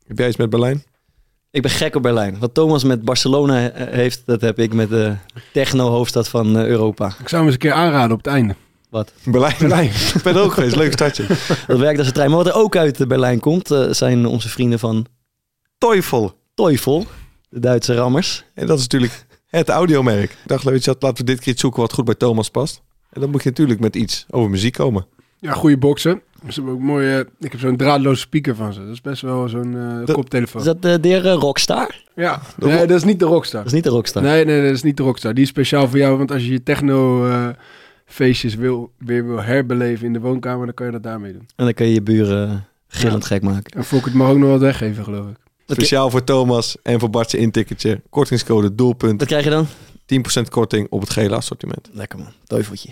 Heb jij iets met Berlijn? Ik ben gek op Berlijn. Wat Thomas met Barcelona heeft, dat heb ik met de techno-hoofdstad van Europa. Ik zou hem eens een keer aanraden op het einde. Wat? Berlijn. Ik ben er ook geweest. Leuk stadje. Dat werkt als een trein. Maar wat er ook uit Berlijn komt, zijn onze vrienden van Teufel, de Duitse rammers. En dat is natuurlijk het audiomerk. Ik dacht, laten we dit keer iets zoeken wat goed bij Thomas past. En dan moet je natuurlijk met iets over muziek komen. Ja, goede boxen. Ze hebben ook mooi, ik heb zo'n draadloze speaker van ze. Dat is best wel zo'n koptelefoon. Is dat de Rockstar? Ja, nee, dat is niet de Rockstar. Dat is niet de Rockstar. Nee, dat is niet de Rockstar. Die is speciaal voor jou, want als je je techno feestjes weer wil herbeleven in de woonkamer, dan kan je dat daarmee doen. En dan kun je je buren gillend gek maken. En Fokkert mag ook nog wat weggeven, geloof ik. Speciaal voor Thomas en voor Bartje inticketje. Kortingscode doelpunt. Wat krijg je dan? 10% korting op het gele assortiment. Lekker man, teufeltje.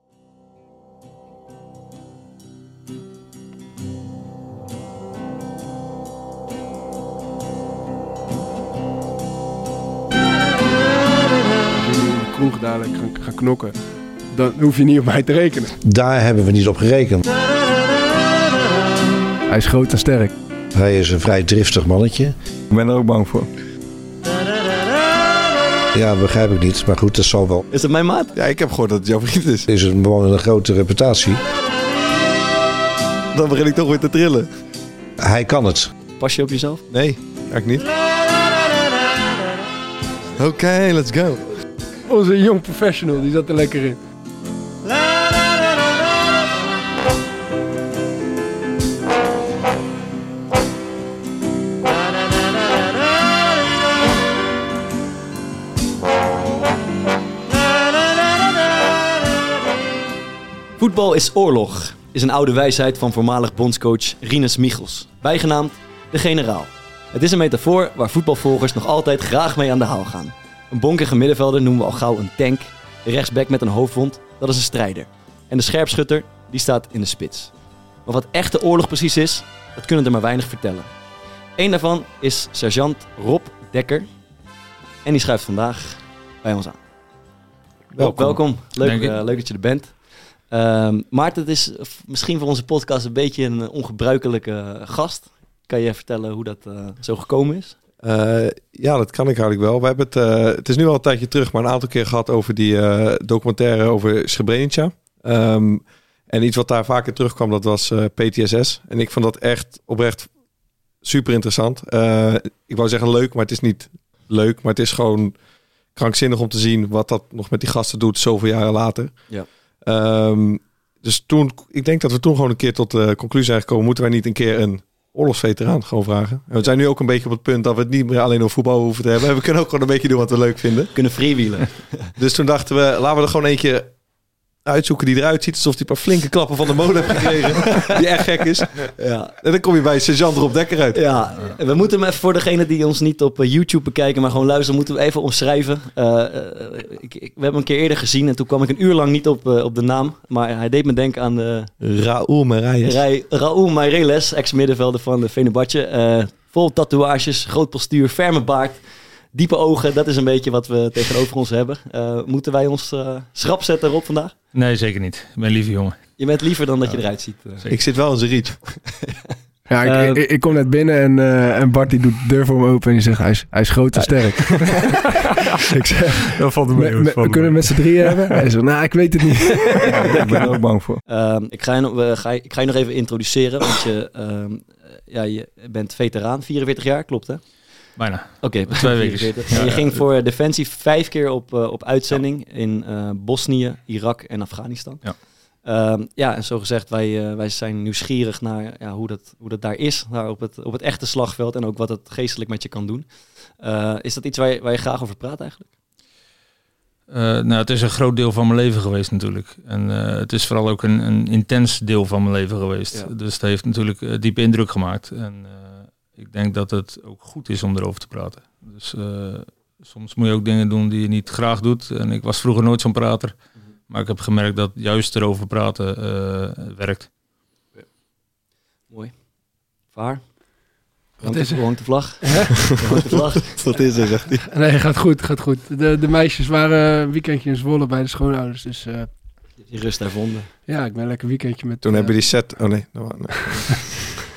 Kroeg dadelijk gaan knokken, dan hoef je niet op mij te rekenen. Daar hebben we niet op gerekend. Hij is groot en sterk. Hij is een vrij driftig mannetje. Ik ben er ook bang voor. Ja, begrijp ik niet, maar goed, dat zal wel. Is dat mijn maat? Ja, ik heb gehoord dat het jouw vriend is. Is een man met een grote reputatie. Dan begin ik toch weer te trillen. Hij kan het. Pas je op jezelf? Nee, eigenlijk niet. Oké, let's go. Onze jong professional, die zat er lekker in. Voetbal is oorlog, is een oude wijsheid van voormalig bondscoach Rinus Michels, bijgenaamd de generaal. Het is een metafoor waar voetbalvolgers nog altijd graag mee aan de haal gaan. Een bonkige middenvelder noemen we al gauw een tank, de rechtsback met een hoofdwond, dat is een strijder. En de scherpschutter, die staat in de spits. Maar wat echte oorlog precies is, dat kunnen er maar weinig vertellen. Eén daarvan is sergeant Rob Dekker en die schuift vandaag bij ons aan. Welkom. Leuk dat je er bent. Maarten, het is misschien voor onze podcast een beetje een ongebruikelijke gast. Kan je vertellen hoe dat zo gekomen is? Ja, dat kan ik eigenlijk wel. We hebben het is nu al een tijdje terug, maar een aantal keer gehad over die documentaire over Srebrenica. En iets wat daar vaker terugkwam, dat was PTSS. En ik vond dat echt oprecht super interessant. Ik wou zeggen leuk, maar het is niet leuk. Maar het is gewoon krankzinnig om te zien wat dat nog met die gasten doet zoveel jaren later. Ja. Dus toen, ik denk dat we toen gewoon een keer tot de conclusie zijn gekomen, moeten wij niet een keer een oorlogsveteraan gewoon vragen. En we zijn nu ook een beetje op het punt dat we het niet meer alleen over voetbal hoeven te hebben. We kunnen ook gewoon een beetje doen wat we leuk vinden. We kunnen freewheelen. Dus toen dachten we, laten we er gewoon eentje uitzoeken die eruit ziet alsof hij een paar flinke klappen van de molen heeft gekregen. Die echt gek is. Ja. En dan kom je bij sergeant Rob Dekker uit. Ja, we moeten hem even voor degene die ons niet op YouTube bekijken, maar gewoon luisteren, moeten we even omschrijven. We hebben hem een keer eerder gezien en toen kwam ik een uur lang niet op de naam. Maar hij deed me denken aan de Raúl Meireles, ex-middenvelder van de Fenerbahce. Vol tatoeages, groot postuur, ferme baard. Diepe ogen, dat is een beetje wat we tegenover ons hebben. Moeten wij ons schrap zetten erop vandaag? Nee, zeker niet. Ik ben een lieve jongen. Je bent liever dan dat je eruit ziet. Ik zit wel in zijn riet. Ja, ik kom net binnen en Bart die doet de deur voor me open en die zegt hij is groot en sterk. Ik zeg, dat valt me mee. We kunnen met z'n drieën hebben. Hij zegt, nou, ik weet het niet. Ik ben er ook bang voor. Ik ga je nog even introduceren, want je bent veteraan, 44 jaar, klopt hè? Bijna. Oké, 2 weken. Ja, je ging voor Defensie 5 keer op uitzending in Bosnië, Irak en Afghanistan. Ja. En zo gezegd, wij zijn nieuwsgierig naar hoe dat daar is, daar op het echte slagveld en ook wat het geestelijk met je kan doen. Is dat iets waar je graag over praat eigenlijk? Het is een groot deel van mijn leven geweest natuurlijk. En het is vooral ook een intens deel van mijn leven geweest. Ja. Dus het heeft natuurlijk diepe indruk gemaakt. En ik denk dat het ook goed is om erover te praten. Dus soms moet je ook dingen doen die je niet graag doet. En ik was vroeger nooit zo'n prater. Maar ik heb gemerkt dat juist erover praten werkt. Ja. Mooi. Vaar. Wat is er? Hangt de vlag. Hangt de vlag. Wat is er, zegt hij. Nee, gaat goed. De meisjes waren een weekendje in Zwolle bij de schoonouders. Dus, je rust daar vonden. Ja, ik ben lekker weekendje met... Toen hebben die set... Oh nee.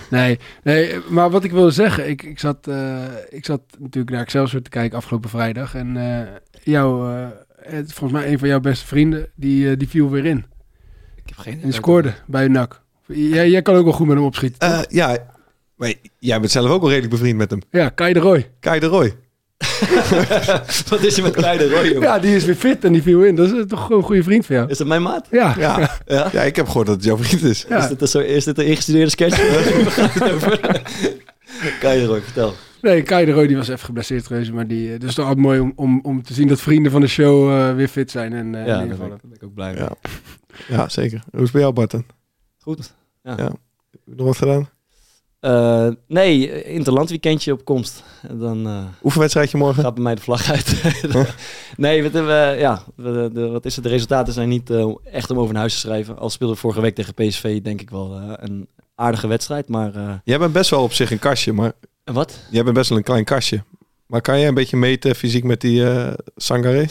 Nee, maar wat ik wilde zeggen, ik zat natuurlijk naar Excelsior te kijken afgelopen vrijdag. En volgens mij een van jouw beste vrienden, die viel weer in. Ik heb geen idee. En scoorde bij NAC. Jij kan ook wel goed met hem opschieten. Ja, maar jij bent zelf ook wel redelijk bevriend met hem. Ja, Kai de Roy. Kai de Roy. Wat is er met Kai de Roy, jongen? Ja, die is weer fit en die viel in. Dat is toch gewoon een goede vriend van jou. Is dat mijn maat? Ja. Ja, ik heb gehoord dat het jouw vriend is. Ja. Is dit een ingestudeerde sketch? Waar gaat het over? Kai de Roy, vertel. Nee, Kai de Roy die was even geblesseerd geweest. Maar dus het is toch altijd mooi om te zien dat vrienden van de show weer fit zijn. En, Daar ben ik ook blij mee. Ja, zeker. Hoe is het bij jou, Bart? Goed. Ja. Heb je nog wat gedaan? Nee, interlandweekendje op komst. Dan Oefenwedstrijdje morgen? gaat bij mij de vlag uit. Nee, wat is het? De resultaten zijn niet echt om over naar huis te schrijven. Al speelde vorige week tegen PSV denk ik wel een aardige wedstrijd. Maar, Jij bent best wel op zich een kastje, maar... Wat? Jij bent best wel een klein kastje. Maar kan jij een beetje meten fysiek met die Sangaré?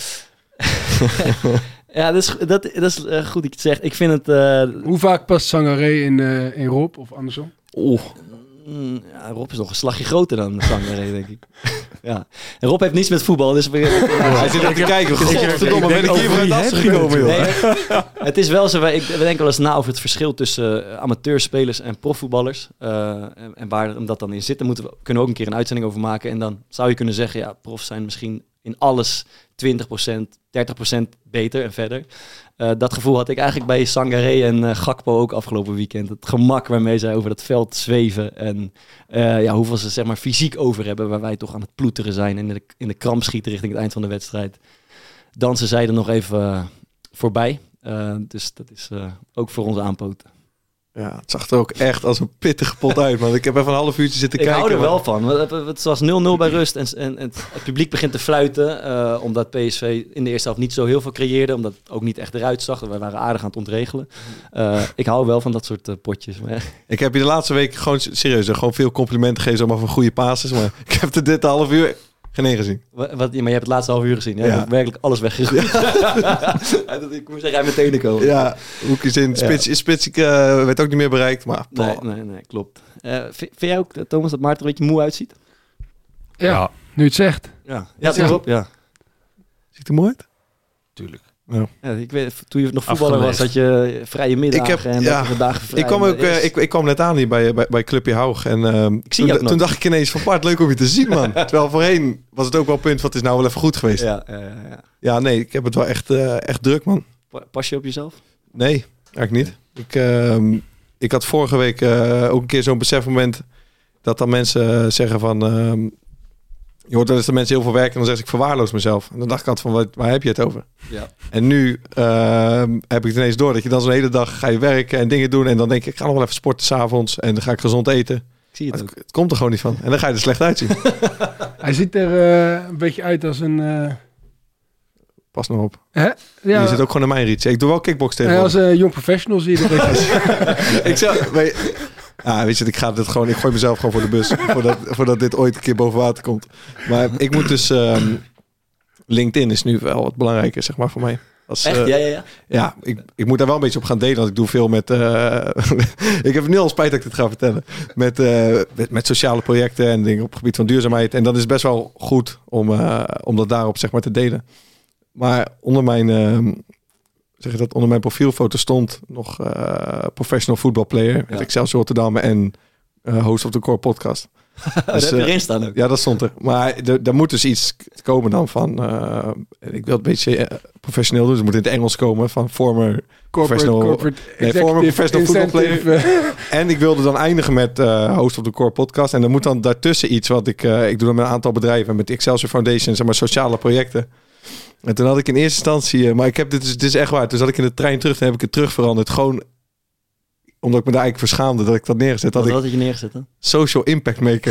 Ja, dat is goed dat je het zegt. Ik vind het... Hoe vaak past Sangaré in Rob of andersom? Ja, Rob is nog een slagje groter dan Sangaré, denk ik. Ja. En Rob heeft niets met voetbal, dus... Hij zit te kijken. Godverdomme, ben ik hier vanuit Assen gekomen, joh. Nee, het is wel zo, we denken wel eens na over het verschil tussen amateurspelers en profvoetballers. En waar dat dan in zit. Daar kunnen we ook een keer een uitzending over maken. En dan zou je kunnen zeggen, ja, profs zijn misschien in alles 20%, 30% beter en verder. Dat gevoel had ik eigenlijk bij Sangaré en Gakpo ook afgelopen weekend. Het gemak waarmee zij over dat veld zweven. En hoeveel ze zeg maar fysiek over hebben. Waar wij toch aan het ploeteren zijn. En in de kramp schieten richting het eind van de wedstrijd. Dansen zij er nog even voorbij. Dus dat is ook voor ons aanpoten. Ja, het zag er ook echt als een pittige pot uit, man. Ik heb even een half uurtje zitten kijken. Ik hou er wel van. Het was 0-0 bij rust en het publiek begint te fluiten. Omdat PSV in de eerste helft niet zo heel veel creëerde. Omdat het ook niet echt eruit zag. We waren aardig aan het ontregelen. Ik hou wel van dat soort potjes. Maar... Ik heb je de laatste week gewoon serieus gewoon veel complimenten gegeven zomaar voor goede passes. Maar ik heb er dit half uur geen één gezien. Maar je hebt het laatste half uur gezien. Ja? Je hebt werkelijk alles weggegooid. Ik moest zeggen, meteen komen. Ja, hoekjes in. Spits werd ook niet meer bereikt. Maar, nee, klopt. Vind jij ook, Thomas, dat Maarten er een beetje moe uitziet? Ja, nu het zegt. Ja, toch? Ja. Ziet er mooi uit? Tuurlijk. Ja, ik weet, toen je nog voetballer was, had je vrije middagen en dagen vrij. Ik kwam net aan hier bij Clubje Haug. En toen dacht ik ineens van Bart, leuk om je te zien, man. Terwijl voorheen was het ook wel een punt van het is nou wel even goed geweest. Ja, nee, ik heb het wel echt druk, man. Pas je op jezelf? Nee, eigenlijk niet. Ik had vorige week ook een keer zo'n besefmoment dat dan mensen zeggen van... je hoort wel eens dat mensen heel veel werken en dan zeggen ik verwaarloos mezelf. En dan dacht ik altijd van, waar heb je het over? Ja. En nu heb ik het ineens door dat je dan zo'n hele dag ga je werken en dingen doen. En dan denk ik ga nog wel even sporten 's avonds en dan ga ik gezond eten. Ik zie het ook. Het komt er gewoon niet van. En dan ga je er slecht uitzien. Hij ziet er een beetje uit als een... Pas nou op. Hè? Ja. Je zit ook gewoon in mijn rietje. Ik doe wel kickbox tegen. Als een jong professional zie je er een beetje. weet je, ik gooi mezelf gewoon voor de bus. voordat dit ooit een keer boven water komt. Maar ik moet dus... LinkedIn is nu wel wat belangrijker, zeg maar, voor mij. Echt? Ja. Ja, ik moet daar wel een beetje op gaan delen. Want ik doe veel met... ik heb nu al spijt dat ik dit ga vertellen. Met sociale projecten en dingen op het gebied van duurzaamheid. En dat is best wel goed om dat daarop, zeg maar, te delen. Maar onder mijn profielfoto stond nog professional football player met Excelsior Rotterdam en host of the Core podcast. Dus, dat heb erin staan ook. Ja, dat stond er. Maar er moet dus iets komen dan van... ik wil het een beetje professioneel doen. Dus het moet in het Engels komen van former professional football player. En ik wilde dan eindigen met host of the Core podcast. En er moet dan daartussen iets wat ik doe dan met een aantal bedrijven. Met de Excelsior Foundation, zeg maar sociale projecten. En toen had ik in eerste instantie... maar ik heb dit is echt waar. Toen zat ik in de trein terug en heb ik het terug veranderd. Gewoon omdat ik me daar eigenlijk verschaamde dat ik dat neergezet had. Wat had je neergezet dan? Social Impact Maker.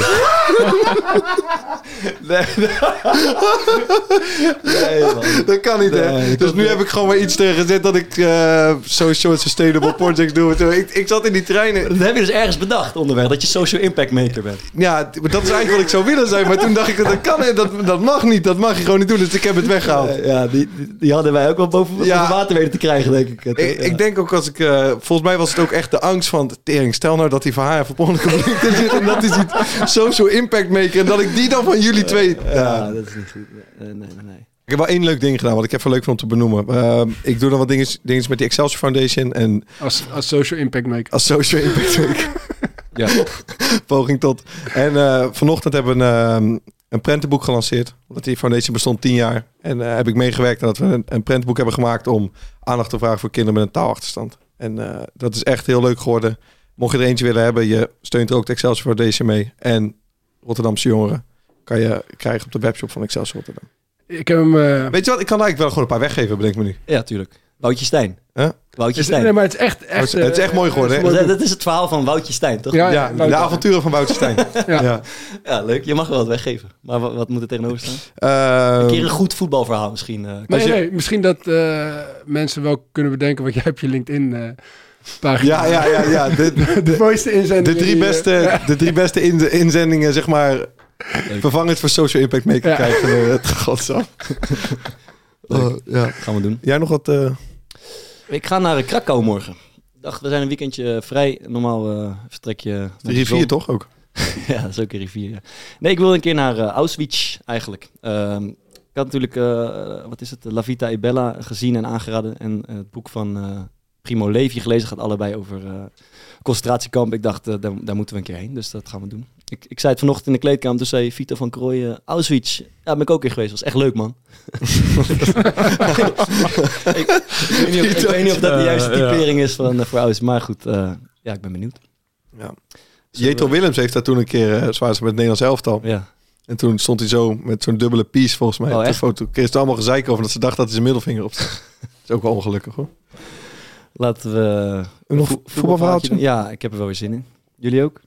Nee, man. Dat kan niet, hè? Nee, Dus nu heb ik gewoon maar iets tegen gezet dat ik social sustainable projects doe. Ik zat in die treinen. Dat heb je dus ergens bedacht onderweg, dat je social impact maker bent. Ja, maar dat is eigenlijk wat ik zou willen zijn. Maar toen dacht ik, dat kan dat mag niet. Dat mag je gewoon niet doen. Dus ik heb het weggehaald. Ja, die hadden wij ook wel boven water weten te krijgen, denk ik. Ik denk ook als ik... volgens mij was het ook echt de angst van... Tering, stel nou dat hij van haar verbonden op LinkedIn zit... en dat hij ziet social impact maker... en dat ik die dan van jullie twee... Ja, dat is niet goed. Nee. Ik heb wel één leuk ding gedaan... wat ik even leuk vond om te benoemen. Ik doe dan wat dingen met die Excelsior Foundation... en Als social impact maker. als social impact maker. Ja. Poging tot. En vanochtend hebben we een prentenboek gelanceerd. Want die foundation bestond 10 jaar. En heb ik meegewerkt aan dat we een prentenboek hebben gemaakt... om aandacht te vragen voor kinderen met een taalachterstand. En dat is echt heel leuk geworden. Mocht je er eentje willen hebben, je steunt er ook de Excelsior Foundation mee. En Rotterdamse jongeren kan je krijgen op de webshop van Excelsior Rotterdam. Ik heb hem... Weet je wat, ik kan eigenlijk wel gewoon een paar weggeven, bedenk me nu. Ja, tuurlijk. Woutje Stijn. Huh? Woutje Stijn. Nee, maar het is echt Het is echt mooi geworden, hè? Dat is het verhaal van Woutje Stijn, toch? Ja, De avonturen van Wouter Stijn. Ja. Ja, leuk. Je mag wel wat weggeven. Maar wat moet er tegenover staan? Een keer een goed voetbalverhaal misschien. Nee, misschien dat mensen wel kunnen bedenken wat jij op je LinkedIn pagina. Ja. De mooiste inzendingen. De drie beste inzendingen, zeg maar, vervangend voor social impact maker krijgen. Het godsam. Ja. Gaan we doen. Jij nog wat... Ik ga naar Krakau morgen. Ik dacht, we zijn een weekendje vrij. Normaal vertrek je... De rivier toch ook? Ja, dat is ook een rivier. Ja. Nee, ik wil een keer naar Auschwitz eigenlijk. Ik had natuurlijk, La Vita e Bella gezien en aangeraden. En het boek van Primo Levi gelezen. Gaat allebei over concentratiekamp. Ik dacht, daar moeten we een keer heen. Dus dat gaan we doen. Ik zei het vanochtend in de kleedkamer. Toen zei Vito van Krooij, Auschwitz. Ja, ben ik ook een keer geweest. Was echt leuk, man. ik weet niet of dat de juiste typering is voor Auschwitz. Maar goed, ik ben benieuwd. Ja. Jetro Willems heeft daar toen een keer zwaar met het Nederlands elftal. Ja. En toen stond hij zo met zo'n dubbele piece volgens mij op de foto. Kreeg het allemaal gezeik over dat ze dacht dat hij zijn middelvinger op Dat is ook wel ongelukkig, hoor. Laten we... Nog voetbalverhaaltje? Ja, ik heb er wel weer zin in. Jullie ook?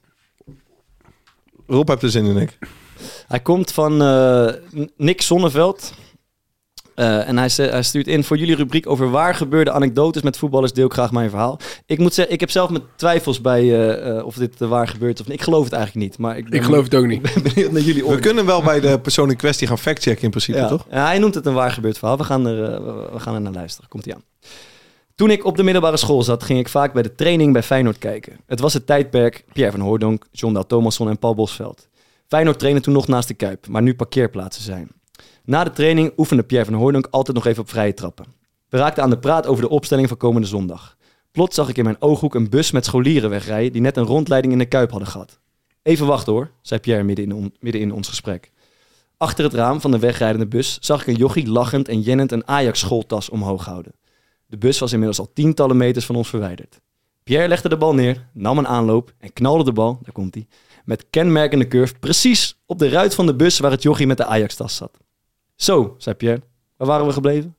Rob heeft er zin in, ik. Hij komt van Nick Zonneveld. En hij stuurt in voor jullie rubriek over waar gebeurde anekdotes met voetballers. Deel ik graag mijn verhaal. Ik moet zeggen, ik heb zelf mijn twijfels bij of dit waar gebeurt of niet. Ik geloof het eigenlijk niet. Maar ik geloof het ook niet. Ik ben benieuwd naar jullie oordeel. We kunnen wel bij de persoon in kwestie gaan factchecken in principe, toch? Ja, hij noemt het een waar gebeurd verhaal. We gaan er naar luisteren. Komt-ie aan. Toen ik op de middelbare school zat, ging ik vaak bij de training bij Feyenoord kijken. Het was het tijdperk Pierre van Hooijdonk, John Dael Thomasson en Paul Bosveld. Feyenoord trainde toen nog naast de Kuip, maar nu parkeerplaatsen zijn. Na de training oefende Pierre van Hooijdonk altijd nog even op vrije trappen. We raakten aan de praat over de opstelling van komende zondag. Plots zag ik in mijn ooghoek een bus met scholieren wegrijden die net een rondleiding in de Kuip hadden gehad. Even wachten hoor, zei Pierre midden in ons gesprek. Achter het raam van de wegrijdende bus zag ik een jochie lachend en jennend een Ajax-schooltas omhoog houden. De bus was inmiddels al tientallen meters van ons verwijderd. Pierre legde de bal neer, nam een aanloop en knalde de bal, daar komt hij, met kenmerkende curve precies op de ruit van de bus waar het jochie met de Ajax-tas zat. Zo, zei Pierre. Waar waren we gebleven?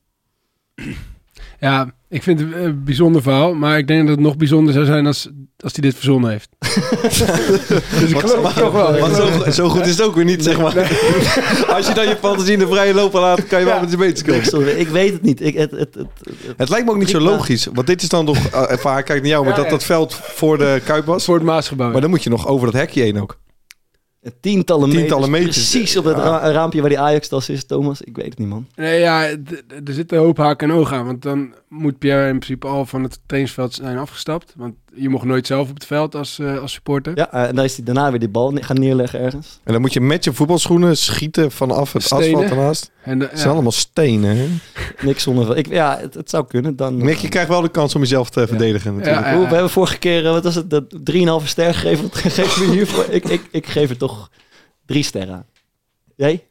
Ja, ik vind het een bijzonder verhaal, maar ik denk dat het nog bijzonder zou zijn als hij dit verzonnen heeft. Dus ik geloof het toch wel. Want zo goed is het ook weer niet, zeg maar. Nee. Als je dan je fantasie in de vrije loop laat, kan je wel met je beter komen. Sorry, ik weet het niet. Het lijkt me ook niet zo logisch. Want dit is dan toch... Kijk naar jou, maar dat veld voor de Kuip was. Voor het Maasgebouw. Maar dan moet je nog over dat hekje heen ook. Tientallen meters. Precies op het raampje waar die Ajax-tas is, Thomas. Ik weet het niet, man. Nee, ja, er zit een hoop haken en ogen aan. Want dan moet Pierre in principe al van het trainingsveld zijn afgestapt. Want je mocht nooit zelf op het veld als supporter. Ja, en dan is hij daarna weer die bal gaan neerleggen ergens. En dan moet je met je voetbalschoenen schieten vanaf het asfalt ernaast. Het zijn allemaal stenen, hè? Niks zonder... het zou kunnen. Dan, Nick, je krijgt wel de kans om jezelf te verdedigen, natuurlijk. We hebben vorige keer, wat was het, 3,5 ster gegeven. Wat geef je hiervoor? Ik geef er toch 3 sterren aan. Jij?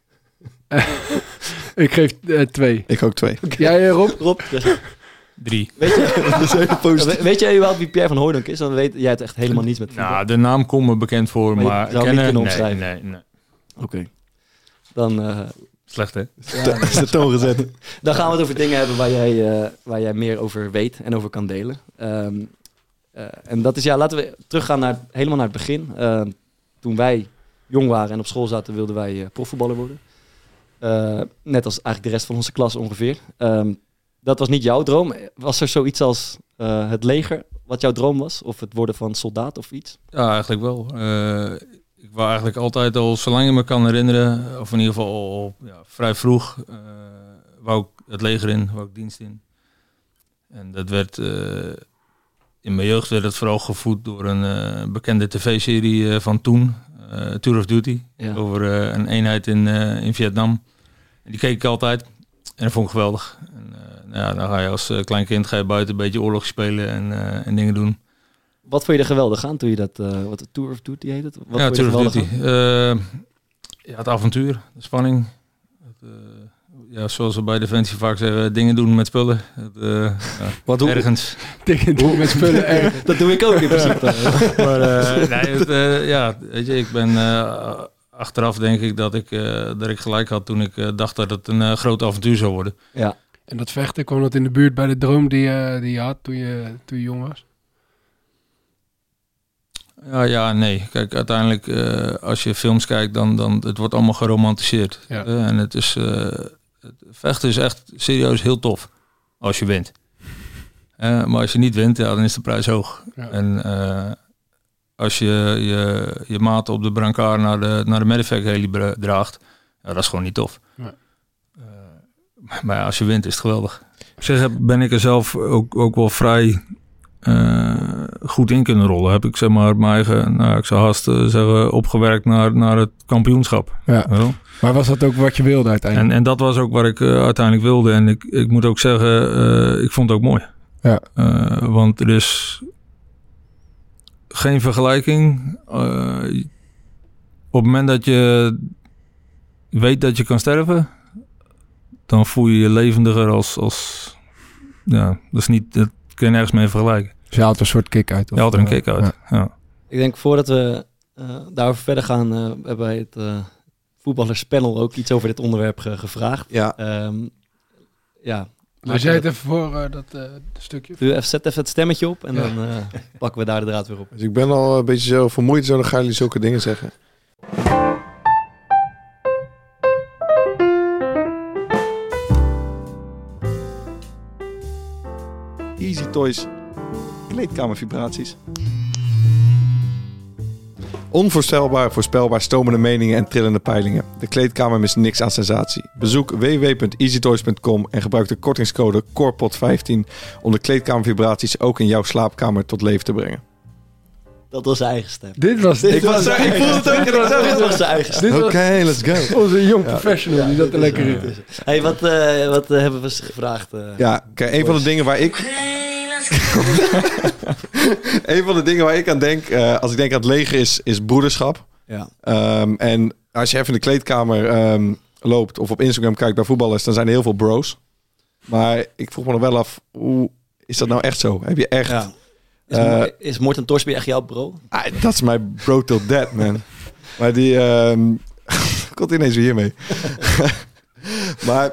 Ik geef 2. Ik ook 2. Okay. Jij, Rob? 3. Weet jij überhaupt wie Pierre van Hooijdonk is? Dan weet jij het echt helemaal niet met voetbal. Nou, de naam komt me bekend voor, maar zou niet kunnen omschrijven. Nee. Oké. Dan... Slecht, hè? Ja, is de toon gezet. Dan gaan we het over dingen hebben waar jij meer over weet en over kan delen. En dat is, laten we teruggaan helemaal naar het begin. Toen wij jong waren en op school zaten, wilden wij profvoetballer worden. Net als eigenlijk de rest van onze klas ongeveer. Dat was niet jouw droom. Was er zoiets als het leger wat jouw droom was? Of het worden van soldaat of iets? Ja, eigenlijk wel. Ik wou eigenlijk altijd al, zolang je me kan herinneren, of in ieder geval al vrij vroeg, wou ik het leger in, wou ik dienst in. En dat werd, in mijn jeugd werd het vooral gevoed door een bekende tv-serie van toen, Tour of Duty, over een eenheid in Vietnam. En die keek ik altijd en dat vond ik geweldig. En, dan ga je als klein kind buiten een beetje oorlog spelen en dingen doen. Wat vond je er geweldig aan toen je dat, wat de Tour of Duty heet het? Wat Tour of Duty. Het avontuur, de spanning. Zoals we bij Defensie vaak zeggen, dingen doen met spullen. Wat ergens. Dingen doen met spullen. Dat doe ik ook in principe. Maar weet je, ik ben achteraf denk ik dat ik gelijk had toen ik dacht dat het een groot avontuur zou worden. Ja. En dat vechten, kwam dat in de buurt bij de droom die je had toen je jong was? Ja, nee. Kijk, uiteindelijk als je films kijkt, dan het wordt allemaal geromantiseerd. Ja. En het is, het vechten is echt serieus heel tof als je wint. Maar als je niet wint, dan is de prijs hoog. Ja. En als je maat op de brancard naar de medevac heli draagt, dat is gewoon niet tof. Ja. Maar als je wint, is het geweldig. Op zich ben ik er zelf ook wel vrij goed in kunnen rollen. Heb ik zeg maar mijn eigen, ik zou haast zeggen, opgewerkt naar het kampioenschap. Ja. Maar was dat ook wat je wilde uiteindelijk? En dat was ook wat ik uiteindelijk wilde. En ik moet ook zeggen, ik vond het ook mooi. Ja. Want er is geen vergelijking. Op het moment dat je weet dat je kan sterven, dan voel je je levendiger als dat is niet, dat kun je nergens mee vergelijken. Dus je haalt een soort kick uit? Je haalt er een kick uit, ja. Ik denk voordat we daarover verder gaan, hebben wij het voetballerspanel ook iets over dit onderwerp gevraagd. Ja. Maar jij het even voor dat stukje? Zet even het stemmetje op en dan pakken we daar de draad weer op. Dus ik ben al een beetje zo vermoeid, zo dan gaan jullie zulke dingen zeggen. Easy Toys kleedkamervibraties. Onvoorstelbaar, voorspelbaar, stomende meningen en trillende peilingen. De kleedkamer mist niks aan sensatie. Bezoek www.easytoys.com en gebruik de kortingscode CORPOT15 om de kleedkamervibraties ook in jouw slaapkamer tot leven te brengen. Dat was zijn eigen stem. Dit was ik voelde het ook. Dit was zijn eigen stem. Oké, let's go. Onze jong professional die dat er lekker in. Hey, wat hebben we gevraagd? Kijk, een van de dingen waar ik... Een van de dingen waar ik aan denk, als ik denk aan het leger, is broederschap. Ja. En als je even in de kleedkamer loopt of op Instagram kijkt bij voetballers, dan zijn er heel veel bros. Maar ik vroeg me nog wel af, hoe is dat nou echt zo? Heb je echt... Ja. Is Morten Torsby echt jouw bro? Dat is mijn bro till dead, man. Maar die... komt ineens weer hiermee. Maar...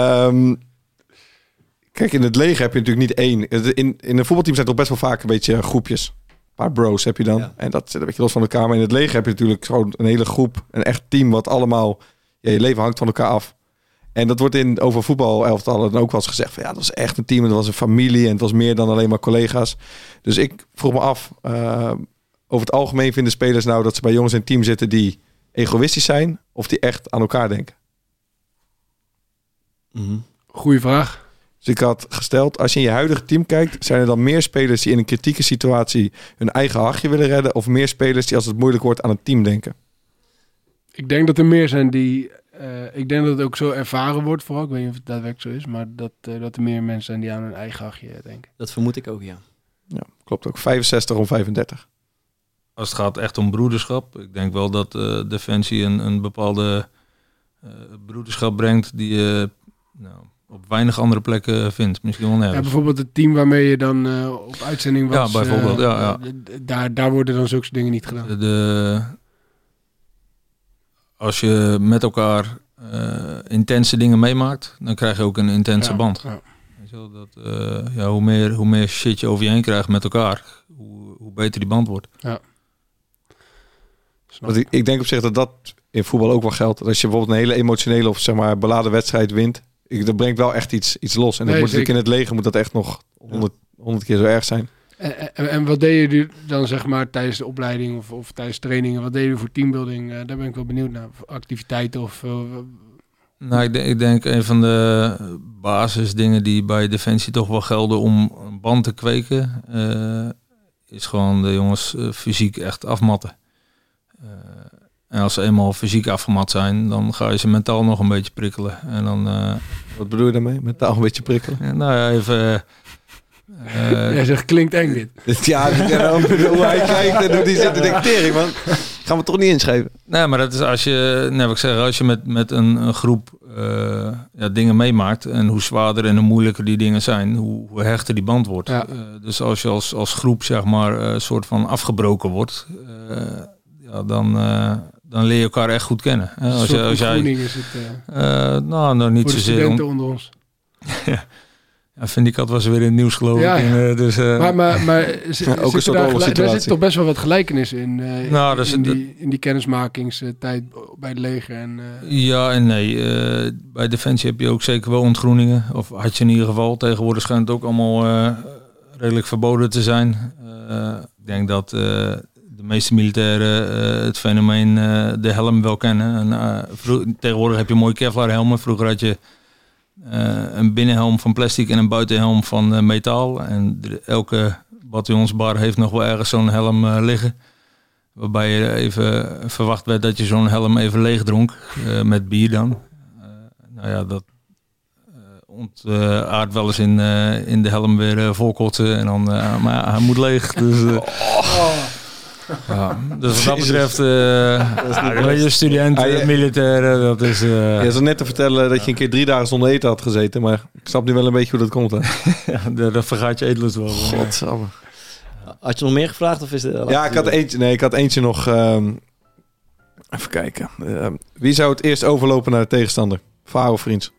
Kijk, in het leger heb je natuurlijk niet één. In een voetbalteam zijn toch best wel vaak een beetje groepjes. Een paar bros heb je dan. Ja. En dat zit een beetje los van elkaar. Maar in het leger heb je natuurlijk gewoon een hele groep. Een echt team wat allemaal... Ja, je leven hangt van elkaar af. En dat wordt over voetbalelftallen dan ook wel eens gezegd. Van, dat was echt een team. Het was een familie. En het was meer dan alleen maar collega's. Dus ik vroeg me af. Over het algemeen vinden spelers nou dat ze bij jongens in een team zitten die egoïstisch zijn. Of die echt aan elkaar denken. Mm-hmm. Goeie vraag. Dus ik had gesteld, als je in je huidige team kijkt, zijn er dan meer spelers die in een kritieke situatie hun eigen hachje willen redden, of meer spelers die als het moeilijk wordt aan het team denken? Ik denk dat er meer zijn die... ik denk dat het ook zo ervaren wordt, vooral. Ik weet niet of het daadwerkelijk zo is, maar dat er meer mensen zijn die aan hun eigen hachje denken. Dat vermoed ik ook, ja. Ja, klopt ook. 65 om 35. Als het gaat echt om broederschap, ik denk wel dat Defensie een bepaalde broederschap brengt die je... op weinig andere plekken vindt. Misschien wel nergens. Ja, bijvoorbeeld het team waarmee je dan op uitzending was. Ja, bijvoorbeeld. Daar worden dan zulke dingen niet gedaan. Als je met elkaar intense dingen meemaakt, dan krijg je ook een intense band. Ja. Weet je wel, dat, hoe meer shit je over je heen krijgt met elkaar, hoe beter die band wordt. Ja. snap Want ik denk op zich dat in voetbal ook wel geldt. Dat als je bijvoorbeeld een hele emotionele of zeg maar beladen wedstrijd wint, dat brengt wel echt iets los. En dat Nee, moet natuurlijk in het leger moet dat echt nog 100 keer zo erg zijn. En wat deden jullie dan zeg maar tijdens de opleiding of tijdens trainingen? Wat deden jullie voor teambuilding? Daar ben ik wel benieuwd naar. Voor activiteiten of... Nou, ik denk een van de basisdingen die bij Defensie toch wel gelden om een band te kweken, is gewoon de jongens fysiek echt afmatten. En als ze eenmaal fysiek afgemat zijn, dan ga je ze mentaal nog een beetje prikkelen. En dan, Wat bedoel je daarmee? Mentaal een beetje prikkelen? nou ja, even... Jij zegt, klinkt eng dit. Ja, hoe hij kijkt en hoe die zit te dicteren, man. Gaan we toch niet inschrijven? Nee, maar dat is als je, wat ik zeg, als je met een groep dingen meemaakt en hoe zwaarder en hoe moeilijker die dingen zijn, hoe hechter die band wordt. Ja. Dus als je als groep zeg maar een soort van afgebroken wordt, dan leer je elkaar echt goed kennen. Als jij, is het nou niet voor de zozeer. studenten onder ons. Ja, Vindicat was weer in het nieuws geloof Ja, ik. ja. En, dus, Maar ook een soort daar oorlogssituatie. zit toch best wel wat gelijkenissen in. Nou, In die kennismakingstijd bij het leger. En, ja en nee. Bij Defensie heb je ook zeker wel ontgroeningen. Of had je in ieder geval. Tegenwoordig schijnt het ook allemaal redelijk verboden te zijn. Ik denk dat de meeste militairen het fenomeen de helm wel kennen. En, tegenwoordig heb je mooie Kevlar helmen. Vroeger had je een binnenhelm van plastic en een buitenhelm van metaal. En elke bataljonsbar heeft nog wel ergens zo'n helm liggen. Waarbij je even verwacht werd dat je zo'n helm even leeg dronk. Met bier dan. Nou ja, dat ontaardt wel eens in de helm weer volkotsen. En dan, maar ja, hij moet leeg. Dus, ja, dus wat dat betreft, weet je, studenten, militairen, dat is... Je zat net te vertellen dat je een keer 3 dagen zonder eten had gezeten, maar ik snap nu wel een beetje hoe dat komt. Hè? Ja, dat vergaat je eetlust wel. Godsamme. Had je nog meer gevraagd? Of is het, Ja, ik had eentje nog. Even kijken. Wie zou het eerst overlopen naar de tegenstander? Vaar of Vriends?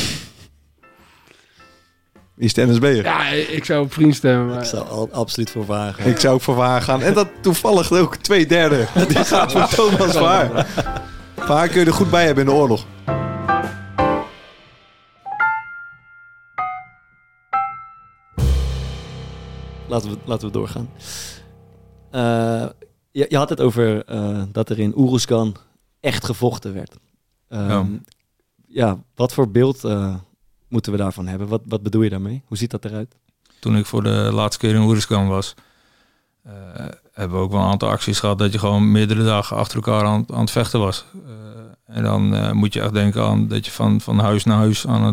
Wie is de NSB'er? ja, ik zou op Vriend stemmen. Maar... Ik zou absoluut voor vragen. Ik zou ook voor Vaar gaan. En dat toevallig ook 2/3. Die gaat voor Thomas Vaar. Vaar kun je er goed bij hebben in de oorlog. Laten we doorgaan. Je had het over dat er in Oeroesgan echt gevochten werd. Wat voor beeld moeten we daarvan hebben? Wat bedoel je daarmee? Hoe ziet dat eruit? Toen ik voor de laatste keer in Oeriskan was, hebben we ook wel een aantal acties gehad dat je gewoon meerdere dagen achter elkaar aan het vechten was. En dan moet je echt denken aan dat je van huis naar huis aan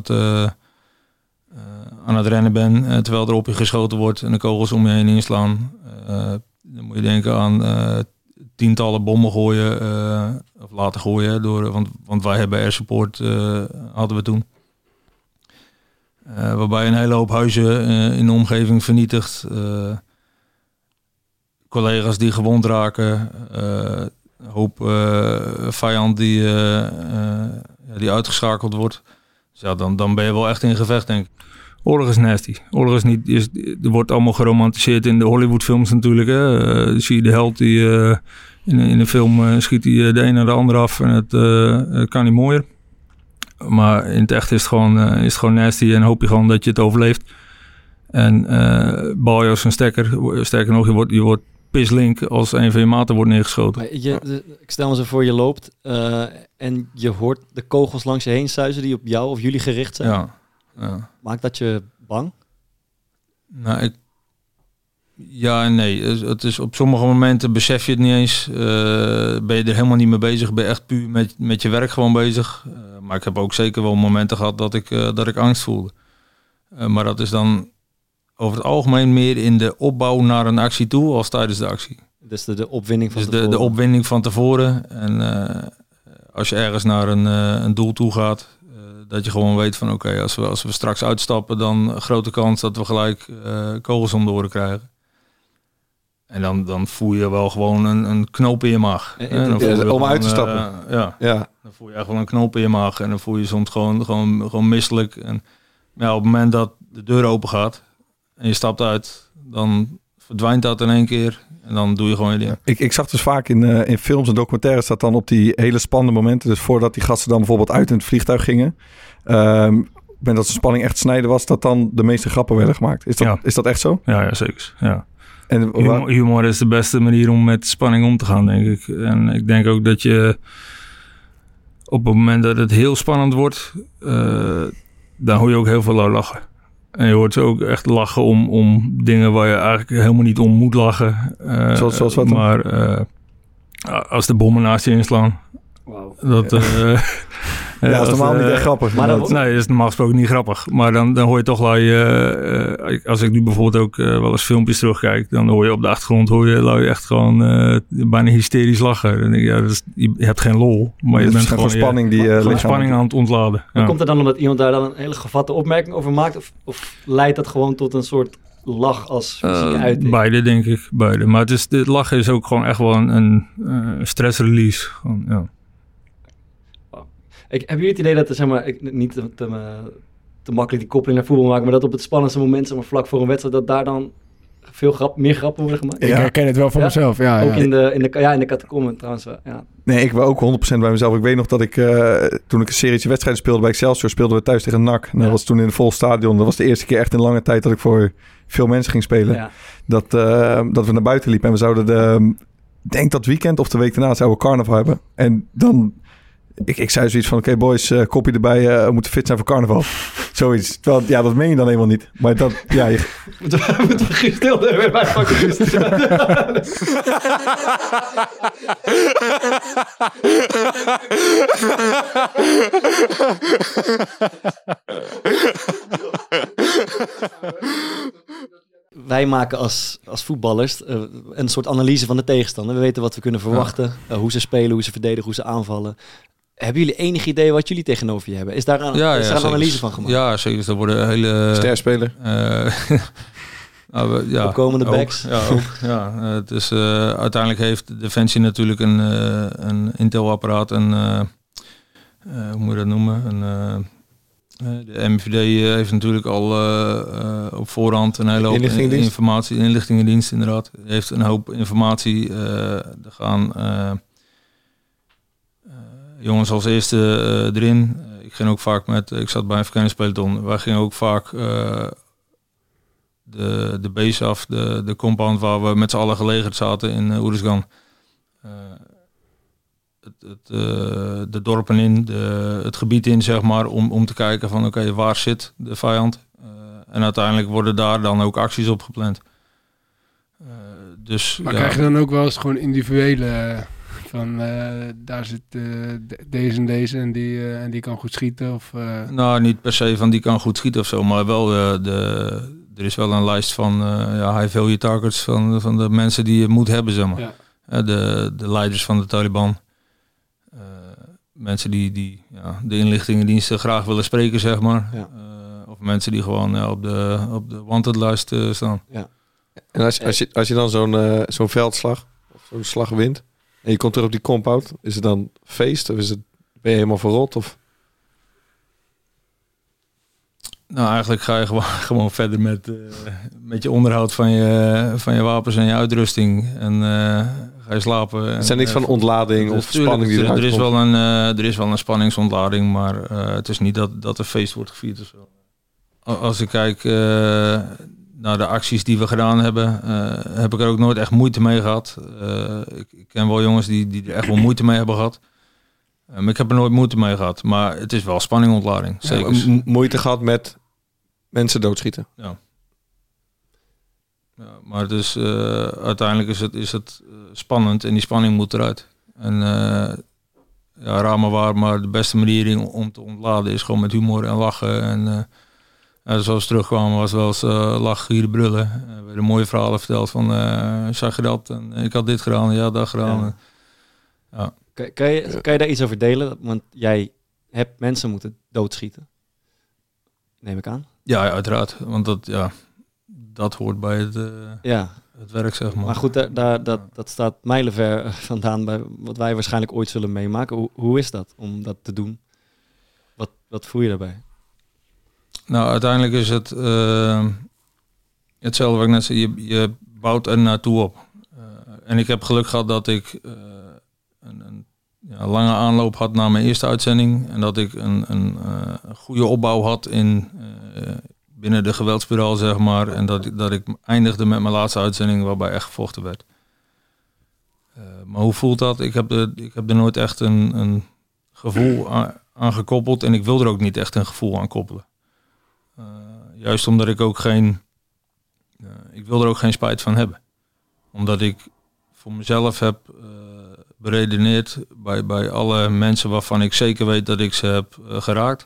het rennen bent, terwijl er op je geschoten wordt en de kogels om je heen inslaan. Dan moet je denken aan tientallen bommen gooien of laten gooien, want wij hebben air support, hadden we toen. Waarbij een hele hoop huizen in de omgeving vernietigd. Collega's die gewond raken. Een hoop vijand die uitgeschakeld wordt. Dus ja, dan ben je wel echt in gevecht, denk ik. Oorlog is nasty. Oorlog is niet... Er wordt allemaal geromantiseerd in de Hollywoodfilms natuurlijk. Hè. Zie je de held die in een film schiet hij de een naar de ander af. En het kan niet mooier. Maar in het echt is het gewoon nasty en hoop je gewoon dat je het overleeft. En bal je als een stekker. Sterker nog, je wordt pislink als een van je maten wordt neergeschoten. Maar ik stel me zo voor, je loopt en je hoort de kogels langs je heen suizen die op jou of jullie gericht zijn. Ja. Maakt dat je bang? Nou, ja en nee. Het is op sommige momenten besef je het niet eens. Ben je er helemaal niet mee bezig. Ben je echt puur met je werk gewoon bezig. Maar ik heb ook zeker wel momenten gehad dat ik angst voelde. Maar dat is dan over het algemeen meer in de opbouw naar een actie toe als tijdens de actie. Dus de opwinding van dus tevoren. de opwinding van tevoren. En als je ergens naar een doel toe gaat, dat je gewoon weet van oké, als we straks uitstappen, dan grote kans dat we gelijk kogels om de oren krijgen. En dan voel je wel gewoon een knoop in je maag. Om uit te stappen. Ja. Dan voel je echt wel een knoop in je maag. En dan voel je soms gewoon misselijk. En ja, op het moment dat de deur open gaat en je stapt uit, dan verdwijnt dat in één keer. En dan doe je gewoon je ding. Ik zag dus vaak in films en documentaires dat dan op die hele spannende momenten, dus voordat die gasten dan bijvoorbeeld uit in het vliegtuig gingen, ben dat de spanning echt snijden was, dat dan de meeste grappen werden gemaakt. Is dat echt zo? Ja, zeker. Ja. En Humor is de beste manier om met spanning om te gaan, denk ik. En ik denk ook dat je op het moment dat het heel spannend wordt, dan hoor je ook heel veel lachen. En je hoort ook echt lachen om dingen waar je eigenlijk helemaal niet om moet lachen. Zoals wat dan? Maar als de bommen naast je inslaan. Wauw. Dat is normaal niet echt grappig. Maar nee, dat is normaal gesproken niet grappig. Maar dan hoor je toch als ik nu bijvoorbeeld ook wel eens filmpjes terugkijk, dan hoor je op de achtergrond echt gewoon bijna hysterisch lachen. Dan denk ik, je hebt geen lol, maar je bent gewoon spanning die spanning aan het ontladen. Maar komt het dan omdat iemand daar dan een hele gevatte opmerking over maakt? Of leidt dat gewoon tot een soort lach als fysieke uiting? Beide, denk ik. Beide. Maar het lachen is ook gewoon echt wel een stressrelease. Gewoon, ja. Heb jullie het idee dat er, zeg maar, niet te makkelijk die koppeling naar voetbal maken, maar dat op het spannendste moment, zeg maar, vlak voor een wedstrijd, dat daar dan meer grappen worden gemaakt? Ik herken het wel van mezelf, ja. Ook in de catacomben trouwens. Ja. Nee, ik wil ook 100% bij mezelf. Ik weet nog dat ik, toen ik een serietje wedstrijden speelde bij Excelsior, speelden we thuis tegen NAC. En dat was toen in een vol stadion. Dat was de eerste keer echt in lange tijd dat ik voor veel mensen ging spelen. Ja. Dat we naar buiten liepen en we zouden denk dat weekend of de week daarna zouden we carnaval hebben. En dan Ik zei zoiets van, oké boys, kopje erbij, we moeten fit zijn voor carnaval. Zoiets. Terwijl, ja, dat meen je dan helemaal niet. Maar dat, ja... Moeten we gesteld hebben bij Wij maken als voetballers een soort analyse van de tegenstander. We weten wat we kunnen verwachten, hoe ze spelen, hoe ze verdedigen, hoe ze aanvallen. Hebben jullie enig idee wat jullie tegenover je hebben? Is daar een analyse van gemaakt? Ja, zeker. Er worden hele... Sterspeler. Opkomende backs. Het is, uiteindelijk heeft Defensie natuurlijk een Intel-apparaat. Hoe moet je dat noemen? De MVD heeft natuurlijk al op voorhand een hele hoop informatie. Inlichtingendienst inderdaad. Heeft een hoop informatie. Er gaan... jongens als eerste erin. Ik ging ook vaak ik zat bij een verkenningspeloton. Wij gingen ook vaak de base af, de compound waar we met z'n allen gelegerd zaten in Oeruzgan. De dorpen in, het gebied in, zeg maar, om te kijken van oké, waar zit de vijand? En uiteindelijk worden daar dan ook acties op gepland. Maar krijg je dan ook wel eens gewoon individuele... Van daar zit deze en deze en die kan goed schieten? Of, Nou, niet per se van die kan goed schieten of zo, maar wel er is wel een lijst van high value targets van de mensen die je moet hebben, zeg maar. Ja. De leiders van de Taliban. Mensen die de inlichtingendiensten graag willen spreken, zeg maar. Ja. Of mensen die gewoon op de wanted lijst staan. Ja. En als je dan zo'n veldslag of zo'n slag wint, en je komt terug op die compound, is het dan feest of ben je helemaal verrot? Of? Nou, eigenlijk ga je gewoon verder met je onderhoud van je wapens en je uitrusting. En ga je slapen. Het zijn niks van ontlading of spanning die eruit komt? Er is wel een spanningsontlading, maar het is niet dat er feest wordt gevierd of zo. Als ik kijk naar de acties die we gedaan hebben, heb ik er ook nooit echt moeite mee gehad. Ik ken wel jongens die er echt wel moeite mee hebben gehad. Maar ik heb er nooit moeite mee gehad. Maar het is wel spanningontlading. Zeker. Ja, moeite gehad met mensen doodschieten. Ja. Maar dus uiteindelijk is het spannend en die spanning moet eruit. En raar maar waar, maar de beste manier om te ontladen is gewoon met humor en lachen. En zoals we terugkwamen was wel eens lachen, gieren, brullen. We werden mooie verhalen verteld van zag je dat? En ik had dit gedaan, ja, dat gedaan. Ja. Kan je daar iets over delen? Want jij hebt mensen moeten doodschieten. Neem ik aan. Ja, uiteraard. Want dat hoort bij het werk, zeg maar. Maar goed, dat staat mijlenver vandaan bij wat wij waarschijnlijk ooit zullen meemaken. Hoe is dat om dat te doen? Wat voel je daarbij? Nou, uiteindelijk is het hetzelfde wat ik net zei. Je bouwt er naartoe op. En ik heb geluk gehad dat ik een lange aanloop had naar mijn eerste uitzending. En dat ik een goede opbouw had binnen de geweldsspiraal, zeg maar. En dat ik eindigde met mijn laatste uitzending waarbij echt gevochten werd. Maar hoe voelt dat? Ik heb er nooit echt een gevoel aan gekoppeld. En ik wil er ook niet echt een gevoel aan koppelen. Juist omdat ik ook ik wil er ook geen spijt van hebben. Omdat ik voor mezelf heb beredeneerd bij alle mensen waarvan ik zeker weet dat ik ze heb geraakt.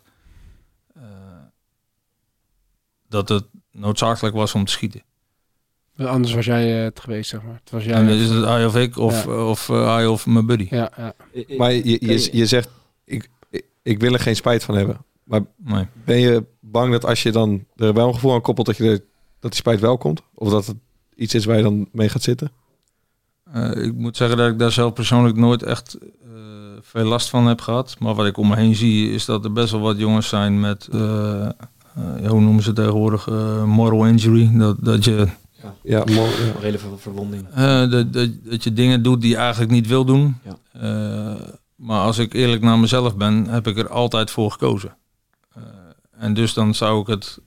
Dat het noodzakelijk was om te schieten. Anders was jij het geweest, zeg maar. Het was jij en is het hij of ik of hij of mijn buddy. Ja. Maar je zegt, ik wil er geen spijt van hebben. Maar nee. Ben je bang dat als je dan er wel een gevoel aan koppelt dat die spijt wel komt? Of dat het iets is waar je dan mee gaat zitten? Ik moet zeggen dat ik daar zelf persoonlijk nooit echt veel last van heb gehad. Maar wat ik om me heen zie is dat er best wel wat jongens zijn met, hoe noemen ze het tegenwoordig, moral injury. Dat je... Morele verwonding. Dat je dingen doet die je eigenlijk niet wil doen. Ja. Maar als ik eerlijk naar mezelf ben, heb ik er altijd voor gekozen. En dus dan zou ik het...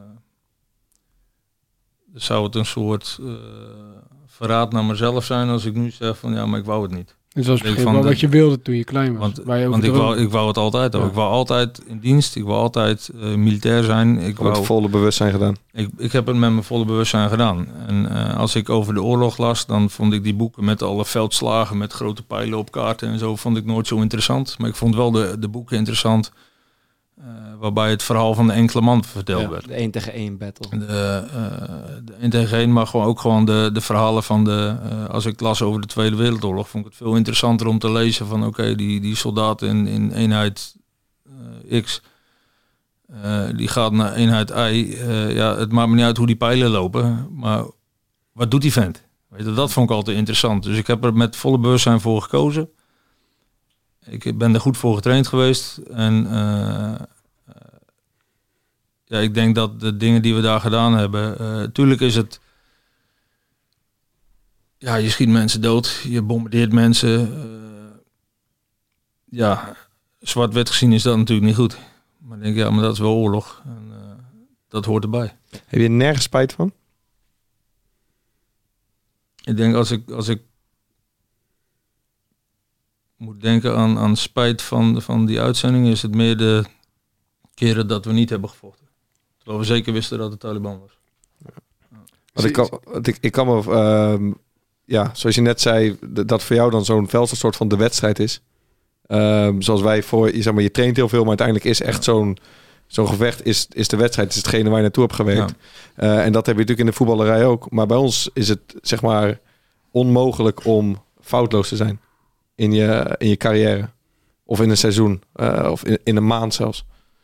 zou het een soort verraad naar mezelf zijn als ik nu zeg van ja, maar ik wou het niet. Dus dat was wel wat je wilde toen je klein was. Want ik wou het altijd ook. Ja. Ik wou altijd in dienst. Ik wou altijd militair zijn. Ik wou het volle bewustzijn gedaan. Ik heb het met mijn volle bewustzijn gedaan. En als ik over de oorlog las, dan vond ik die boeken met alle veldslagen, met grote pijlen op kaarten en zo, vond ik nooit zo interessant. Maar ik vond wel de boeken interessant. Waarbij het verhaal van de enkele man verteld werd. De 1 tegen 1 battle. De 1 tegen 1, maar ook gewoon de verhalen van als ik las over de Tweede Wereldoorlog, vond ik het veel interessanter om te lezen van oké, die soldaat in eenheid X, die gaat naar eenheid Y. Het maakt me niet uit hoe die pijlen lopen, maar wat doet die vent? Weet je, dat vond ik altijd interessant. Dus ik heb er met volle bewustzijn voor gekozen. Ik ben er goed voor getraind geweest. En ik denk dat de dingen die we daar gedaan hebben... tuurlijk is het... Ja, je schiet mensen dood. Je bombardeert mensen. Zwart-wit gezien is dat natuurlijk niet goed. Maar ik denk, maar dat is wel oorlog. En dat hoort erbij. Heb je nergens spijt van? Ik denk als ik moet denken aan spijt van die uitzending, is het meer de keren dat we niet hebben gevochten. Terwijl we zeker wisten dat het Taliban was. Ik kan me, zoals je net zei, dat voor jou dan zo'n veld een soort van de wedstrijd is. Zoals wij je traint heel veel, maar uiteindelijk is echt zo'n gevecht is de wedstrijd, is hetgene waar je naartoe hebt gewerkt. Ja. En dat heb je natuurlijk in de voetballerij ook. Maar bij ons is het zeg maar onmogelijk om foutloos te zijn in je carrière. Of in een seizoen. Of in een maand zelfs.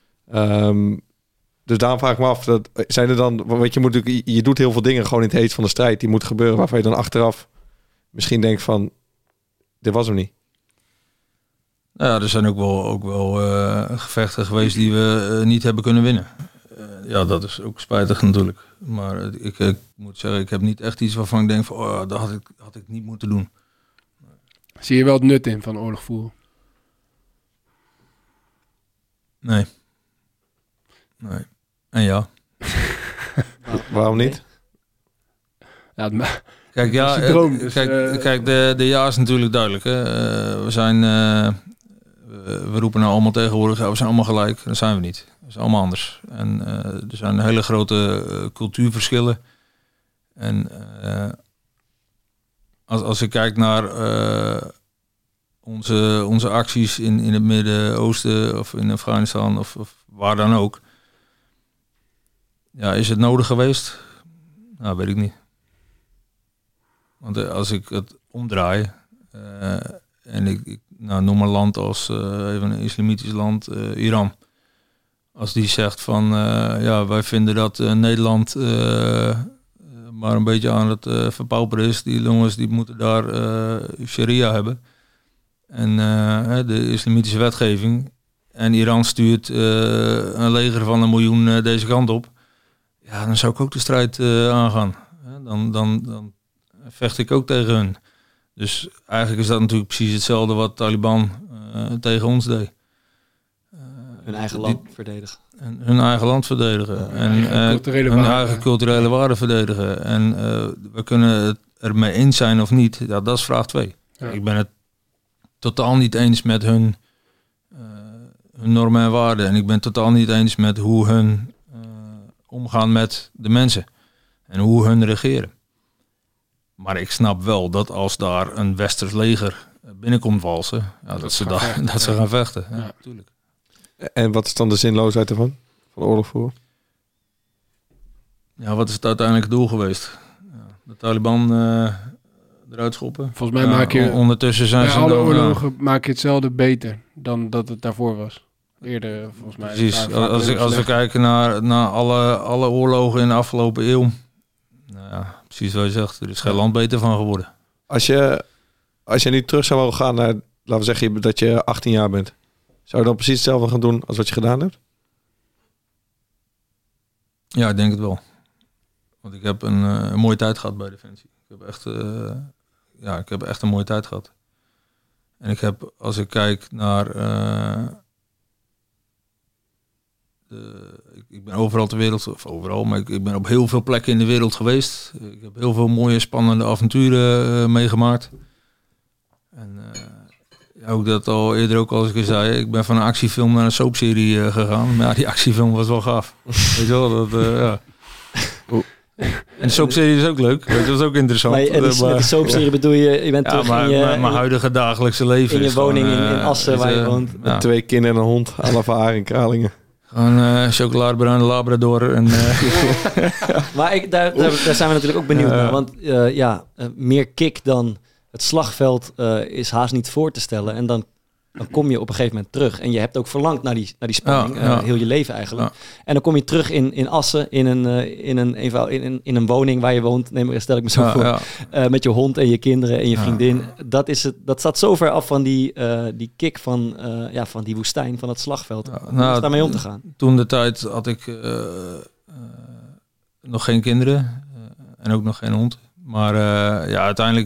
Dus daarom vraag ik me af, zijn er dan, want je doet heel veel dingen gewoon in het heet van de strijd die moeten gebeuren, waarvan je dan achteraf misschien denkt van, dit was hem niet. Ja, er zijn ook wel gevechten geweest die we niet hebben kunnen winnen. Dat is ook spijtig natuurlijk. Maar ik moet zeggen, ik heb niet echt iets waarvan ik denk van, dat had ik niet moeten doen. Zie je wel het nut in van oorlog voeren? Nee. En ja. Waarom niet? Kijk, de ja is natuurlijk duidelijk. Hè. We roepen nou allemaal tegenwoordig, we zijn allemaal gelijk. Dat zijn we niet. We zijn allemaal anders. En er zijn hele grote cultuurverschillen. En als ik kijk naar onze acties in het Midden-Oosten of in Afghanistan of waar dan ook. Ja, is het nodig geweest? Nou, weet ik niet. Want als ik het omdraai en ik noem een land als even een islamitisch land, Iran. Als die zegt van wij vinden dat Nederland maar een beetje aan het verpauperen is. Die jongens die moeten daar sharia hebben. En de islamitische wetgeving. En Iran stuurt een leger van 1 miljoen deze kant op. Ja, dan zou ik ook de strijd aangaan. Dan vecht ik ook tegen hun. Dus eigenlijk is dat natuurlijk precies hetzelfde wat Taliban tegen ons deed. Hun eigen land verdedigen. En hun eigen land verdedigen. En hun eigen culturele waarden verdedigen. En we kunnen het ermee eens zijn of niet. Ja, dat is vraag 2. Ja. Ik ben het totaal niet eens met hun normen en waarden. En ik ben het totaal niet eens met hoe hun omgaan met de mensen. En hoe hun regeren. Maar ik snap wel dat als daar een westers leger binnenkomt walsen, dat ze gaan vechten. Ja, natuurlijk. En wat is dan de zinloosheid ervan? Van oorlog voeren? Ja, wat is het uiteindelijke doel geweest? De Taliban eruit schoppen. Volgens mij maak je ondertussen zijn ze alle oorlogen maak je hetzelfde beter dan dat het daarvoor was. Eerder volgens mij. Precies. Als we kijken naar alle oorlogen in de afgelopen eeuw. Nou ja, precies wat je zegt. Er is geen land beter van geworden. Als je nu terug zou mogen gaan naar, laten we zeggen dat je 18 jaar bent. Zou je dan precies hetzelfde gaan doen als wat je gedaan hebt? Ja, ik denk het wel. Want ik heb een mooie tijd gehad bij Defensie. Ik heb echt een mooie tijd gehad. En ik heb, als ik kijk naar... ik ben overal ter wereld, of overal, maar ik ben op heel veel plekken in de wereld geweest. Ik heb heel veel mooie, spannende avonturen meegemaakt. En ook dat al eerder ook als ik zei, ik ben van een actiefilm naar een soapserie gegaan. Maar ja, die actiefilm was wel gaaf. Weet je wel, ja. En de soapserie is ook leuk. Dat is ook interessant. Maar met de soapserie bedoel je bent terug in mijn huidige dagelijkse leven. In je woning in Assen waar je woont. Met 2 kinderen en een hond, à la Verhaar in Kralingen. Gewoon chocoladebruine Labrador. En, Maar daar zijn we natuurlijk ook benieuwd naar. Want meer kick dan het slagveld is haast niet voor te stellen. En dan kom je op een gegeven moment terug. En je hebt ook verlangd naar die spanning. Heel je leven eigenlijk. Ja. En dan kom je terug in Assen. In een woning waar je woont. Stel ik me zo voor. Ja. Met je hond en je kinderen en je vriendin. Dat staat zo ver af van die kick van die woestijn. Van het slagveld. Hoe is daarmee om te gaan? Toen de tijd had ik nog geen kinderen. En ook nog geen hond. Maar uiteindelijk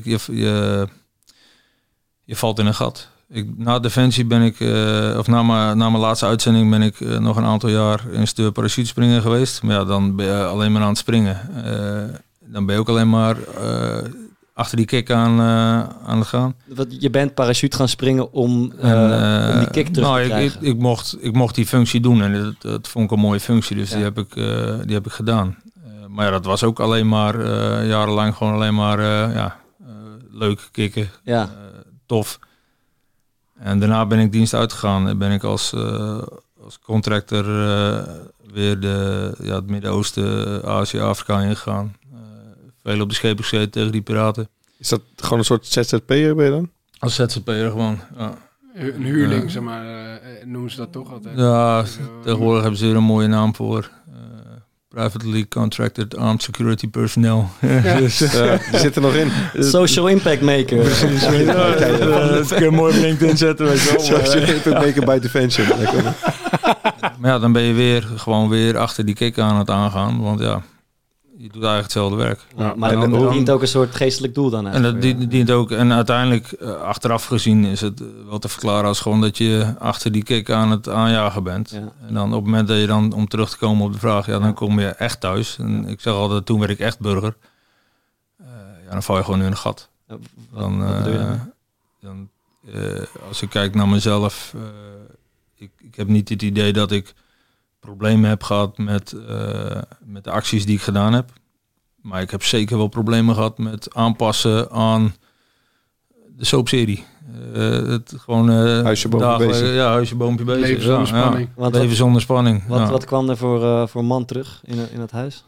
je valt in een gat. Na Defensie ben ik, na mijn laatste uitzending ben ik nog een aantal jaar instructeur parachutespringen geweest. Maar ja, dan ben je alleen maar aan het springen. Dan ben je ook alleen maar achter die kick aan het gaan. Je bent parachute gaan springen om die kick terug te krijgen? Ik mocht die functie doen en dat vond ik een mooie functie. Dus die heb ik gedaan. Maar ja, dat was ook alleen maar jarenlang gewoon alleen maar leuk kicken. Ja. Tof. En daarna ben ik dienst uitgegaan en ben ik als contractor weer het Midden-Oosten, Azië, Afrika ingegaan. Veel op de schepen gezeten tegen die piraten. Is dat gewoon een soort ZZP'er ben je dan? Als ZZP'er gewoon, ja. Een huurling, zeg maar, noemen ze dat toch altijd? Ja, tegenwoordig hebben ze er een mooie naam voor. Privately contracted armed security personnel. Dus, die zit er nog in. Social impact maker. Precies. Dat kan je mooi op LinkedIn zetten. Social impact maker bij Defensie. Maar ja, dan ben je gewoon weer achter die kick aan het aangaan. Want ja, je doet eigenlijk hetzelfde werk. Ja, maar dat dient ook een soort geestelijk doel dan eigenlijk. En dat dient ook. En uiteindelijk, achteraf gezien, is het wel te verklaren als gewoon dat je achter die kick aan het aanjagen bent. Ja. En dan op het moment dat je dan, om terug te komen op de vraag, dan kom je echt thuis. En ik zeg altijd, toen werd ik echt burger. Dan val je gewoon in een gat. Wat bedoel je dan? Als ik kijk naar mezelf, ik heb niet het idee dat ik problemen heb gehad met de acties die ik gedaan heb. Maar ik heb zeker wel problemen gehad met aanpassen aan de soapserie. Het gewoon huisje, boompje, bezig. Ja, huisje, boompje bezig. Leven zonder spanning. Ja. Leven zonder spanning. Wat kwam er voor man terug in het huis?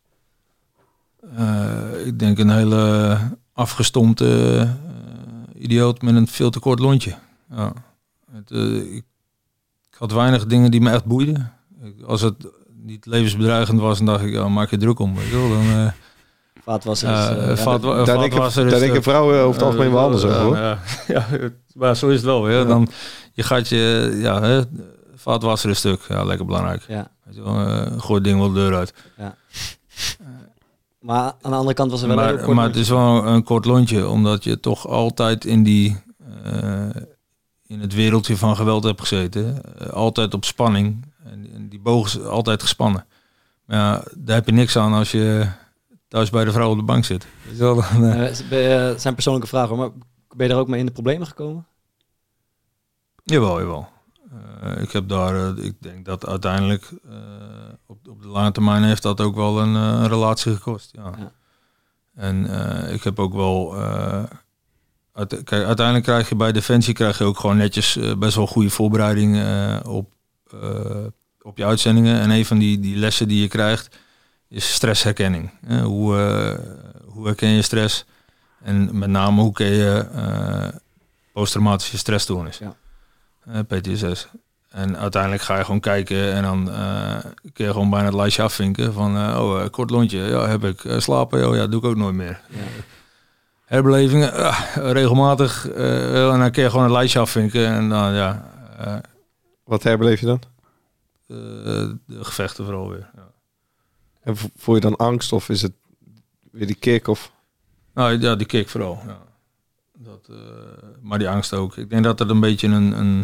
Ik denk een hele afgestompte idioot met een veel te kort lontje. Ja. Ik had weinig dingen die me echt boeiden. Als het niet levensbedreigend was, dan dacht ik, maak je druk om. Weet je wel, dan, daar denken vrouwen over het algemeen wel anders over, hoor. Maar zo is het wel. Ja. Dan, je gaat vaatwasser een stuk. Ja, lekker belangrijk. Ja. Gooi het ding wel de deur uit. Ja. Maar aan de andere kant was er wel een heel kort Maar het is wel een kort lontje, omdat je toch altijd in het wereldje van geweld hebt gezeten. Altijd op spanning. En die boog is altijd gespannen. Maar ja, daar heb je niks aan als je thuis bij de vrouw op de bank zit. Weet je wel, dan, Het zijn persoonlijke vragen, hoor, maar ben je daar ook mee in de problemen gekomen? Jawel. Ik heb daar, ik denk dat uiteindelijk op de lange termijn heeft dat ook wel een relatie gekost. Ja. En ik heb ook wel... kijk, uiteindelijk krijg je bij Defensie ook gewoon netjes best wel goede voorbereiding op je uitzendingen. En een van die lessen die je krijgt is stressherkenning. Hoe herken je stress? En met name hoe ken je posttraumatische stressstoornis? Ja. PTSS. En uiteindelijk ga je gewoon kijken en dan kun je gewoon bijna het lijstje afvinken van kort lontje, ja, heb ik. Slapen, ja, doe ik ook nooit meer. Ja. Herbelevingen, regelmatig. En dan kun je gewoon een lijstje afvinken en dan, ja. Wat herbeleef je dan? De gevechten vooral weer. Ja. En voel je dan angst of is het weer die kick? Of? Nou ja, die kick vooral. Ja. Maar die angst ook. Ik denk dat het een beetje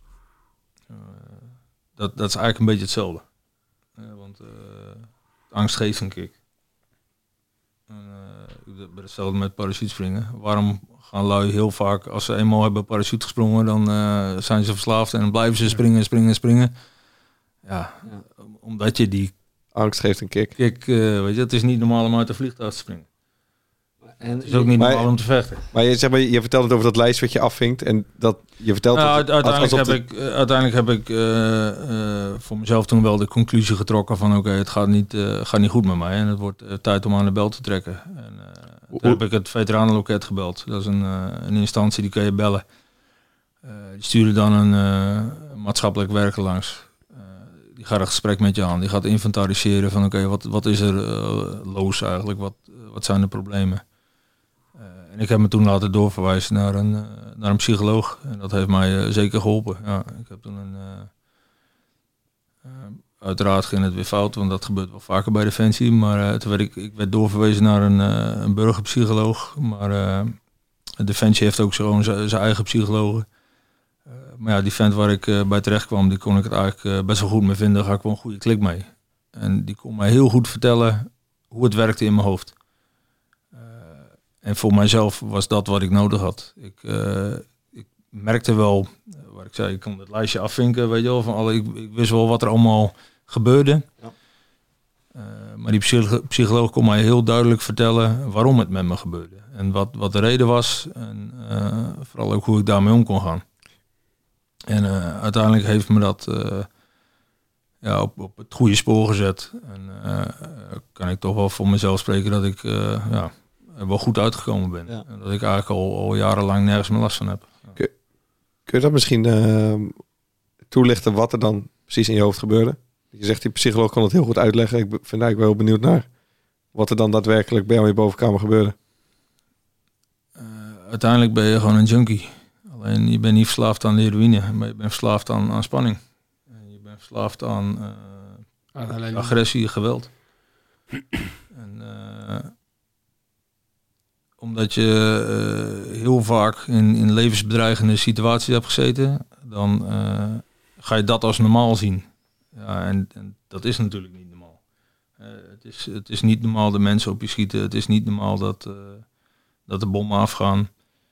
dat is eigenlijk een beetje hetzelfde. Want angst geeft een kick. Bij hetzelfde met parachutespringen. Waarom gaan lui heel vaak, als ze eenmaal hebben parachute gesprongen, dan zijn ze verslaafd en dan blijven ze springen. Ja, omdat je die angst geeft een kick. Weet je, het is niet normaal om uit een vliegtuig te springen. En het is ook niet normaal om te vechten. Maar je vertelt het over dat lijst wat je afvinkt en dat je vertelt. Nou, uiteindelijk heb ik voor mezelf toen wel de conclusie getrokken van oké, het gaat niet goed met mij en het wordt tijd om aan de bel te trekken. En toen heb ik het veteranenloket gebeld. Dat is een instantie die kan je bellen. Die sturen dan een maatschappelijk werker langs. Die gaat een gesprek met je aan. Die gaat inventariseren van oké, wat is er los eigenlijk? Wat zijn de problemen? En ik heb me toen laten doorverwijzen naar een psycholoog. En dat heeft mij zeker geholpen. Ja, ik heb toen uiteraard ging het weer fout, want dat gebeurt wel vaker bij Defensie. Maar toen ik werd doorverwezen naar een burgerpsycholoog. Maar Defensie heeft ook gewoon zijn eigen psychologen. Maar ja, die vent waar ik bij terecht kwam, die kon ik het eigenlijk best wel goed mee vinden. Daar ga ik wel een goede klik mee. En die kon mij heel goed vertellen hoe het werkte in mijn hoofd. En voor mijzelf was dat wat ik nodig had. Ik merkte wel, waar ik zei, ik kon het lijstje afvinken, weet je wel, van ik wist wel wat er allemaal gebeurde. Ja. Maar die psycholoog kon mij heel duidelijk vertellen waarom het met me gebeurde. En wat de reden was. En vooral ook hoe ik daarmee om kon gaan. En uiteindelijk heeft me dat op het goede spoor gezet. En kan ik toch wel voor mezelf spreken dat ik wel goed uitgekomen ben. Ja. En dat ik eigenlijk al jarenlang nergens meer last van heb. Ja. Kun je dat misschien toelichten wat er dan precies in je hoofd gebeurde? Je zegt, die psycholoog kan het heel goed uitleggen. Ik ben eigenlijk wel benieuwd naar wat er dan daadwerkelijk bij jou in je bovenkamer gebeurde. Uiteindelijk ben je gewoon een junkie. Alleen je bent niet verslaafd aan heroïne, maar je bent verslaafd aan spanning. Je bent verslaafd aan agressie, geweld. En omdat je heel vaak in levensbedreigende situaties hebt gezeten, dan ga je dat als normaal zien. Ja, en dat is natuurlijk niet normaal. Het is niet normaal dat mensen op je schieten. Het is niet normaal dat de bommen afgaan.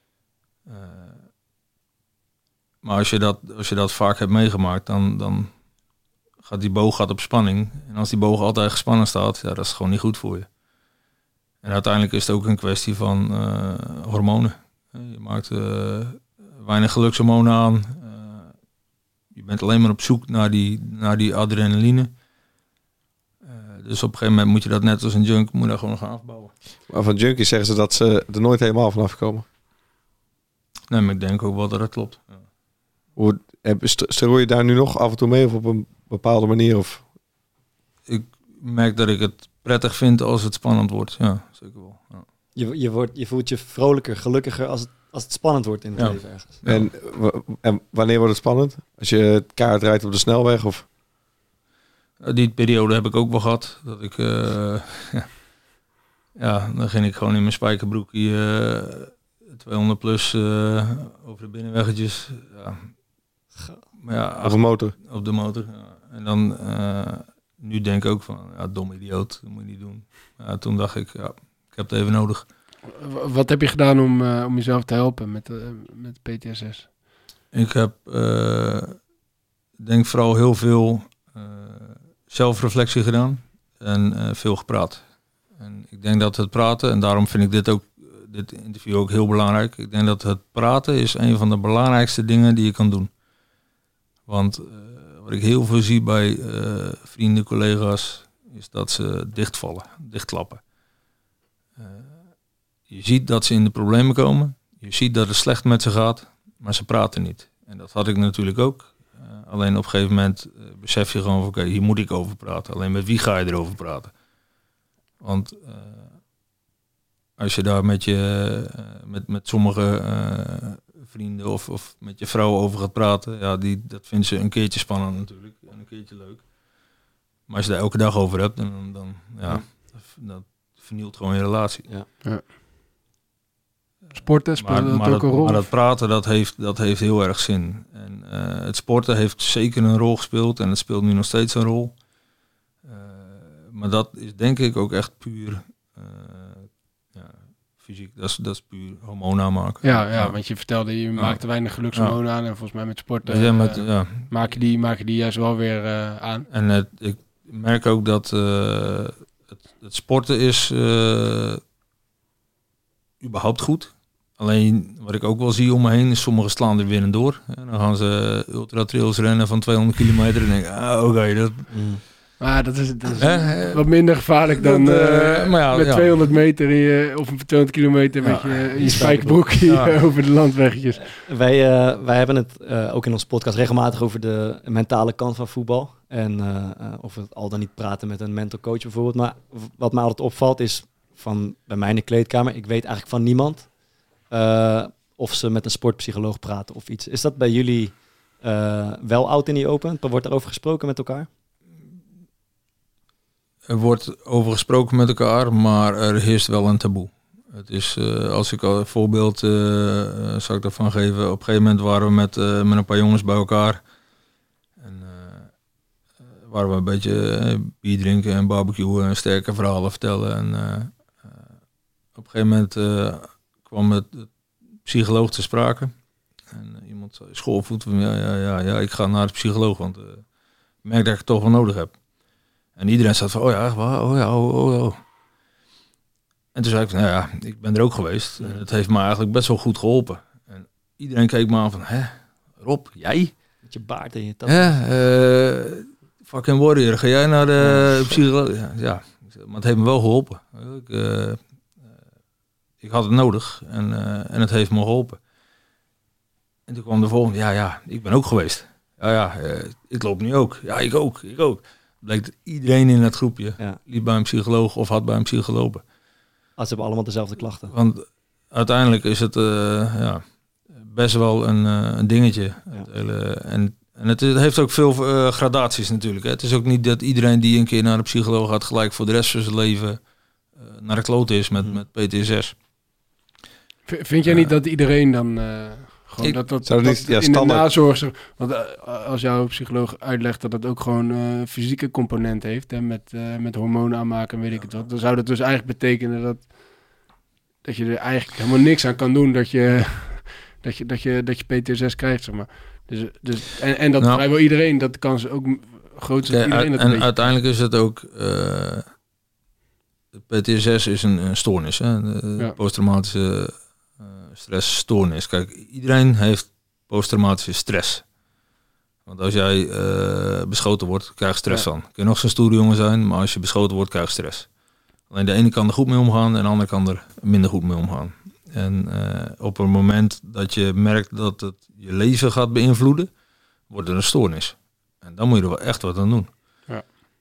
Maar als je dat vaak hebt meegemaakt, dan gaat die boog op spanning. En als die boog altijd gespannen staat, ja, dat is gewoon niet goed voor je. En uiteindelijk is het ook een kwestie van hormonen. Je maakt weinig gelukshormonen aan. Je bent alleen maar op zoek naar die adrenaline. Dus op een gegeven moment moet je dat net als een junk moet je gewoon gaan afbouwen. Maar van junkies zeggen ze dat ze er nooit helemaal vanaf komen. Nee, maar ik denk ook wel dat dat klopt. Ja. Sterooi je daar nu nog af en toe mee of op een bepaalde manier? Of? Ik merk dat ik het prettig vind als het spannend wordt. Ja, zeker wel. Ja. Je voelt je vrolijker, gelukkiger als het spannend wordt in het leven ergens. Ja. En wanneer wordt het spannend? Als je het kaart rijdt op de snelweg? Of? Die periode heb ik ook wel gehad. Dat ik Ja, dan ging ik gewoon in mijn spijkerbroekje 200 plus over de binnenweggetjes. Ja. Maar ja, Of een motor. op de motor. Ja. En dan nu denk ik ook van, ja, dom idioot, dat moet je niet doen. Ja, toen dacht ik, ja, ik heb het even nodig. Wat heb je gedaan om jezelf te helpen met PTSS? Ik heb denk vooral heel veel zelfreflectie gedaan en veel gepraat. En ik denk dat het praten, en daarom vind ik dit interview ook heel belangrijk. Ik denk dat het praten is een van de belangrijkste dingen die je kan doen. Want wat ik heel veel zie bij vrienden, collega's, is dat ze dichtklappen. Je ziet dat ze in de problemen komen. Je ziet dat het slecht met ze gaat, maar ze praten niet. En dat had ik natuurlijk ook. Alleen op een gegeven moment besef je gewoon van, oké, hier moet ik over praten. Alleen met wie ga je erover praten? Want als je daar met sommige vrienden of met je vrouw over gaat praten, ja, dat vinden ze een keertje spannend natuurlijk en een keertje leuk. Maar als je daar elke dag over hebt, dan dat vernielt gewoon je relatie. Ja. Sporten speelt dat ook een rol? Maar dat praten, dat heeft heel erg zin. En het sporten heeft zeker een rol gespeeld en het speelt nu nog steeds een rol. Maar dat is denk ik ook echt puur fysiek. Dat is puur hormonen aanmaken. Ja, want je vertelde, je maakte weinig gelukshormonen aan. En volgens mij met sporten maak je die juist wel weer aan. En ik merk ook dat het sporten is überhaupt goed. Alleen wat ik ook wel zie om me heen is sommigen slaan er weer en door. En dan gaan ze ultra-trails rennen van 200 kilometer en denk ik, oké, dat... Maar dat is wat minder gevaarlijk dan met 200 meter of 200 kilometer met je spijkerbroekje over de landweggetjes. Wij hebben het ook in onze podcast regelmatig over de mentale kant van voetbal. En of we het al dan niet praten met een mental coach bijvoorbeeld. Maar wat mij altijd opvalt is bij mij in de kleedkamer, ik weet eigenlijk van niemand of ze met een sportpsycholoog praten of iets. Is dat bij jullie wel out in the open? Wordt erover gesproken met elkaar? Er wordt over gesproken met elkaar, maar er heerst wel een taboe. Het is, als ik al een voorbeeld zou ik daarvan geven. Op een gegeven moment waren we met een paar jongens bij elkaar. En waren we een beetje bier drinken en barbecuen en sterke verhalen vertellen. En op een gegeven moment kwam het psycholoog te sprake. En iemand zei, schoolvoet van ja, ik ga naar de psycholoog, want ik merk dat ik het toch wel nodig heb. En iedereen zat van, oh. En toen zei ik van, ik ben er ook geweest. En het heeft me eigenlijk best wel goed geholpen. En iedereen keek me aan van, Rob, jij? Met je baard en je tas. Fucking warrior, ga jij naar de psycholoog? Ja, maar het heeft me wel geholpen. Ik had het nodig en het heeft me geholpen. En toen kwam de volgende, ik ben ook geweest. Ik loop nu ook. Ja, ik ook. Bleek dat iedereen in het groepje liep bij een psycholoog of had bij een psycholoog lopen. Ze hebben allemaal dezelfde klachten. Want uiteindelijk is het best wel een dingetje. Ja. En het heeft ook veel gradaties natuurlijk. Hè. Het is ook niet dat iedereen die een keer naar de psycholoog gaat gelijk voor de rest van zijn leven naar de kloot is met PTSS. Vind jij niet dat iedereen dan... Gewoon dat in de nazorg... Want als jouw psycholoog uitlegt dat het ook gewoon fysieke component heeft... Hè, met hormonen aanmaken en weet ik het wat... dan zou dat dus eigenlijk betekenen dat je er eigenlijk helemaal niks aan kan doen... dat je PTSS krijgt, zeg maar. Dus, en dat vrijwel iedereen, dat de kans ook groot is dat iedereen dat weet. Uiteindelijk is het ook... PTSS is een stoornis, hè? Posttraumatische... stressstoornis. Kijk, iedereen heeft posttraumatische stress. Want als jij beschoten wordt, krijg je stress van. Kun je nog zo'n stoere jongen zijn, maar als je beschoten wordt, krijg je stress. Alleen de ene kan er goed mee omgaan en de andere kan er minder goed mee omgaan. En op een moment dat je merkt dat het je leven gaat beïnvloeden, wordt er een stoornis. En dan moet je er wel echt wat aan doen. Ja.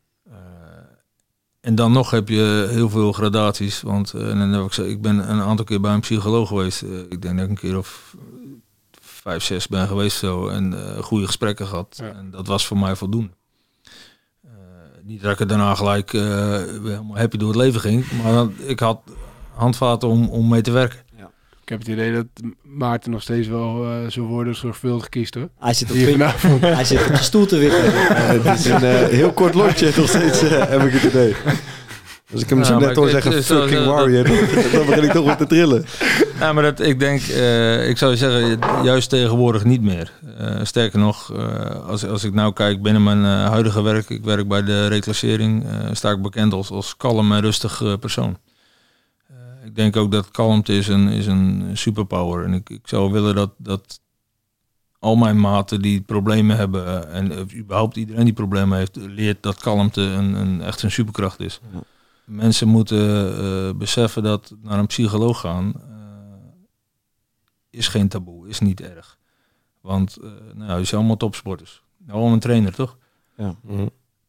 En dan nog heb je heel veel gradaties. Want ik ben een aantal keer bij een psycholoog geweest. Ik denk dat ik een keer of 5, 6 ben geweest zo. En goede gesprekken gehad. Ja. En dat was voor mij voldoende. Niet dat ik er daarna gelijk helemaal happy door het leven ging. Maar ik had handvaten om mee te werken. Ja. Ik heb het idee dat Maarten nog steeds wel zijn woorden zorgvuldig kiest, hoor. Hij zit op de stoel te wippen. Het is een heel kort lotje nog steeds, heb ik het idee. Als ik hem zo net hoor zeggen, fucking warrior, dan begin ik toch weer te trillen. Ja, maar ik denk, ik zou zeggen, juist tegenwoordig niet meer. Sterker nog, als ik nou kijk binnen mijn huidige werk, ik werk bij de reclassering, sta ik bekend als kalm en rustig persoon. Ik denk ook dat kalmte is een superpower. En ik zou willen dat al mijn maten die problemen hebben, en überhaupt iedereen die problemen heeft, leert dat kalmte echt een superkracht is. Ja. Mensen moeten beseffen dat naar een psycholoog gaan is geen taboe, is niet erg. Want je zijn allemaal topsporters. Allemaal een trainer, toch? Ja. Mm-hmm.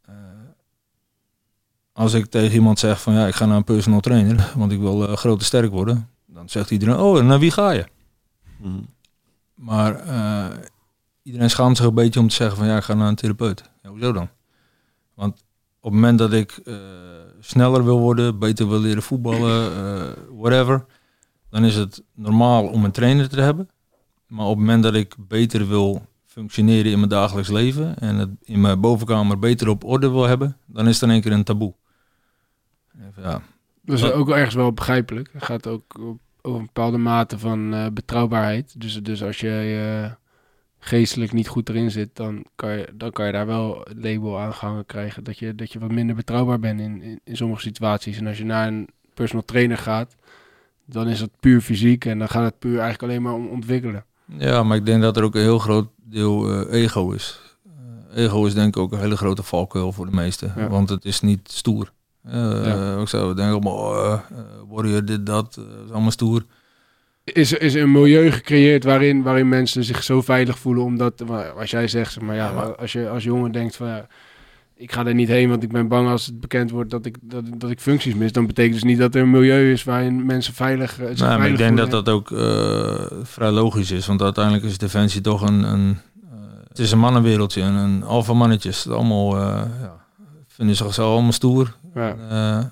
Als ik tegen iemand zeg van ik ga naar een personal trainer, want ik wil groot en sterk worden, dan zegt iedereen, naar wie ga je? Mm-hmm. Maar iedereen schaamt zich een beetje om te zeggen van ik ga naar een therapeut. Ja, hoezo dan? Want op het moment dat ik sneller wil worden, beter wil leren voetballen, whatever, dan is het normaal om een trainer te hebben. Maar op het moment dat ik beter wil functioneren in mijn dagelijks leven en het in mijn bovenkamer beter op orde wil hebben, dan is het in één keer een taboe. Ja. Dat is ook ergens wel begrijpelijk. Het gaat ook over een bepaalde mate van betrouwbaarheid. Dus als je geestelijk niet goed erin zit, dan kan je daar wel een label aan gehangen krijgen dat je wat minder betrouwbaar bent in sommige situaties. En als je naar een personal trainer gaat, dan is het puur fysiek en dan gaat het puur eigenlijk alleen maar om ontwikkelen. Ja, maar ik denk dat er ook een heel groot deel ego is. Ego is denk ik ook een hele grote valkuil voor de meesten, want het is niet stoer. Ik zou denken, warrior dit, dat, is allemaal stoer. Is een milieu gecreëerd waarin mensen zich zo veilig voelen, omdat, als jij zegt, zeg maar, als je als jongen denkt van ik ga er niet heen, want ik ben bang als het bekend wordt dat ik functies mis, dan betekent dus niet dat er een milieu is waarin mensen veilig maar ik denk dat dat ook vrij logisch is, want uiteindelijk is Defensie toch het is een mannenwereldje en een alpha mannetjes, het allemaal vinden zichzelf allemaal stoer. Ja.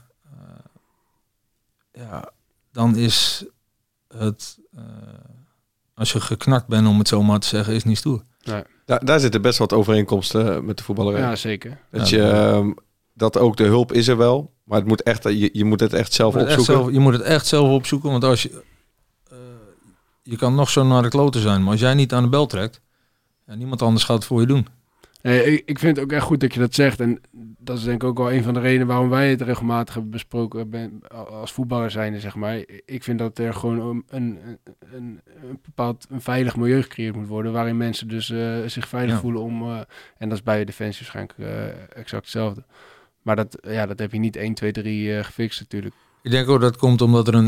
Dan is het, als je geknakt bent, om het zo maar te zeggen, is niet stoer. Nee. Daar zitten best wat overeenkomsten met de voetballerij. Ja, zeker. Dat ook de hulp is er wel, maar het moet echt, je moet het echt zelf opzoeken. Je moet het echt zelf opzoeken, want als je kan nog zo naar de kloten zijn, maar als jij niet aan de bel trekt, niemand anders gaat het voor je doen. Ik vind het ook echt goed dat je dat zegt. En dat is denk ik ook wel een van de redenen waarom wij het regelmatig hebben besproken als voetballer zijnde, zeg maar. Ik vind dat er gewoon een bepaald een veilig milieu gecreëerd moet worden, waarin mensen dus zich veilig voelen om... en dat is bij Defensie waarschijnlijk exact hetzelfde. Maar dat heb je niet 1, 2, 3 gefixt natuurlijk. Ik denk ook dat komt omdat er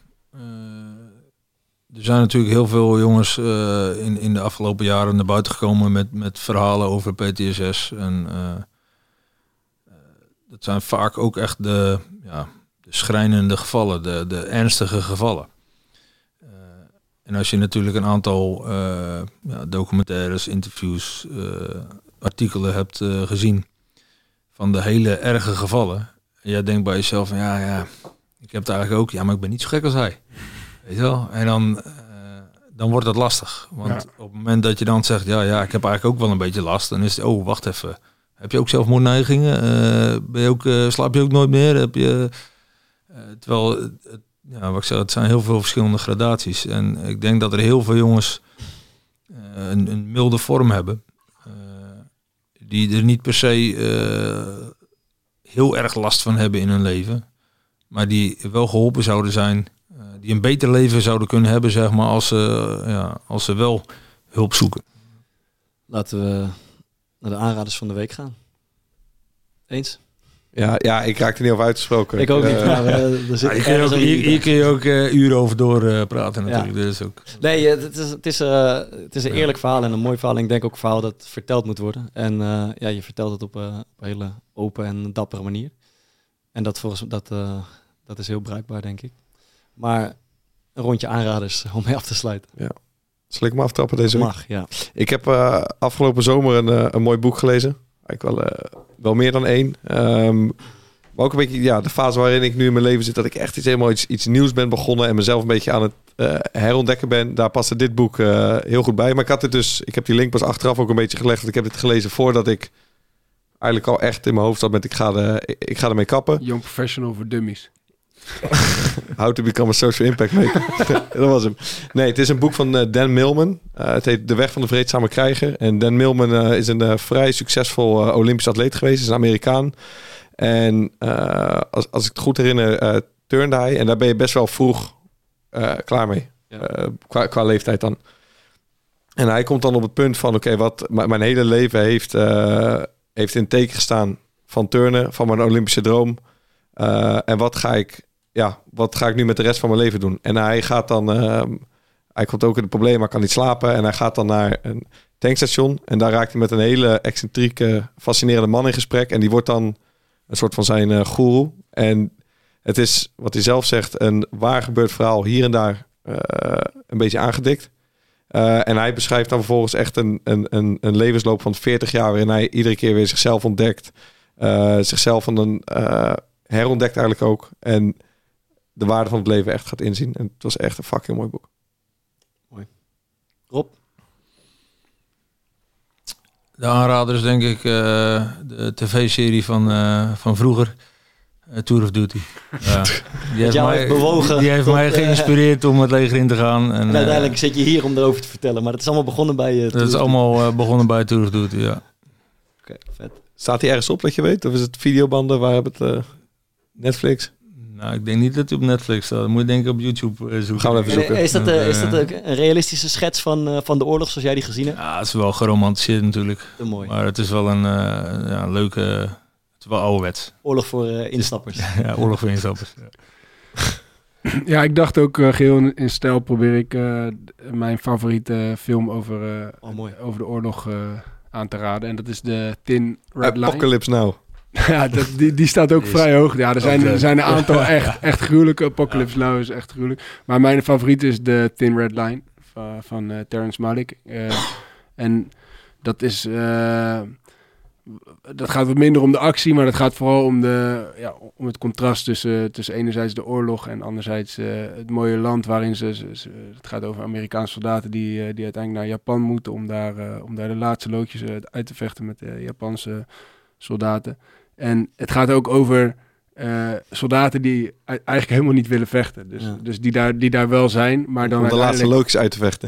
er zijn natuurlijk heel veel jongens in de afgelopen jaren naar buiten gekomen met verhalen over PTSS. En dat zijn vaak ook echt de schrijnende gevallen, de ernstige gevallen. En als je natuurlijk een aantal documentaires, interviews, artikelen hebt gezien van de hele erge gevallen. En jij denkt bij jezelf van ik heb het eigenlijk ook, maar ik ben niet zo gek als hij. Weet je wel? En dan wordt dat lastig. Want op het moment dat je dan zegt, ik heb eigenlijk ook wel een beetje last, dan is het, wacht even. Heb je ook zelfmoordneigingen? Slaap je ook nooit meer? Heb je, terwijl, wat ik zeg, het zijn heel veel verschillende gradaties. En ik denk dat er heel veel jongens een milde vorm hebben. Die er niet per se heel erg last van hebben in hun leven. Maar die wel geholpen zouden zijn. Die een beter leven zouden kunnen hebben, zeg maar, als ze wel hulp zoeken. Laten we naar de aanraders van de week gaan. Eens? Ja, ik raak er niet over uitgesproken. Ik ook niet. Hier kun je ook uren over doorpraten natuurlijk. Dus ook. Nee, het is een eerlijk verhaal en een mooi verhaal. En ik denk ook een verhaal dat verteld moet worden. En je vertelt het op een hele open en dappere manier. En dat is heel bruikbaar, denk ik. Maar een rondje aanraders om mee af te sluiten. Ja. Zal ik me aftrappen deze week? Mag, ja. Ik heb afgelopen zomer een mooi boek gelezen. Eigenlijk wel meer dan 1. Maar ook een beetje de fase waarin ik nu in mijn leven zit, dat ik echt helemaal iets nieuws ben begonnen en mezelf een beetje aan het herontdekken ben. Daar paste dit boek heel goed bij. Maar ik heb die link pas achteraf ook een beetje gelegd. Want ik heb dit gelezen voordat ik eigenlijk al echt in mijn hoofd zat met ik ga ermee kappen. Young Professional voor Dummies. How to become a social impact maker. Dat was hem. Nee, het is een boek van Dan Millman. Het heet De Weg van de Vreedzame Krijger. En Dan Millman is een vrij succesvol Olympisch atleet geweest. Is een Amerikaan. En als ik het goed herinner, turnde hij. En daar ben je best wel vroeg klaar mee. Ja. Qua leeftijd dan. En hij komt dan op het punt van... wat mijn hele leven heeft in het teken gestaan van turnen. Van mijn Olympische droom. En wat ga ik nu met de rest van mijn leven doen? En hij gaat dan... hij komt ook in het probleem, maar kan niet slapen. En hij gaat dan naar een tankstation. En daar raakt hij met een hele excentrieke, fascinerende man in gesprek. En die wordt dan een soort van zijn goeroe. En het is, wat hij zelf zegt, een waar gebeurd verhaal. Hier en daar een beetje aangedikt. En hij beschrijft dan vervolgens echt een levensloop van 40 jaar... waarin hij iedere keer weer zichzelf ontdekt. Zichzelf van een... herontdekt eigenlijk ook. En de waarde van het leven echt gaat inzien. En het was echt een fucking mooi boek. Mooi. Rob? De aanrader is denk ik de tv-serie van vroeger. Tour of Duty. Ja. Die heeft mij geïnspireerd om het leger in te gaan. En uiteindelijk zit je hier om erover te vertellen. Maar het is allemaal begonnen bij... het is allemaal begonnen bij Tour of Duty, ja. Oké, vet. Staat hij ergens op dat je weet? Of is het videobanden? Waar heb het Netflix? Nou, ik denk niet dat hij op Netflix staat. Dan moet je denk ik op YouTube zoeken. Gaan we even zoeken. Is dat ook een realistische schets van de oorlog zoals jij die gezien hebt? Ja, het is wel geromantiseerd natuurlijk. Mooi. Maar het is wel een leuke... Het is wel ouderwets. Oorlog voor instappers. Ja, oorlog voor instappers. Ja. Ja, ik dacht ook geheel in stijl probeer ik mijn favoriete film over de oorlog aan te raden. En dat is de Thin Red Line. Apocalypse Now. Ja, die staat ook vrij hoog. Ja, er zijn een aantal echt gruwelijke. Apocalypse Now is echt gruwelijk. Maar mijn favoriet is de Thin Red Line van Terrence Malick. En dat is... dat gaat wat minder om de actie, maar dat gaat vooral om het contrast tussen enerzijds de oorlog en anderzijds het mooie land waarin het gaat over Amerikaanse soldaten die uiteindelijk naar Japan moeten om daar de laatste loodjes uit te vechten met de Japanse soldaten. En het gaat ook over soldaten die eigenlijk helemaal niet willen vechten. Dus die daar wel zijn, maar dan om de laatste loodjes uit te vechten.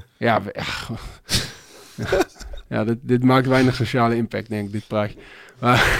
Ja, dit maakt weinig sociale impact, denk ik, dit praatje. Maar,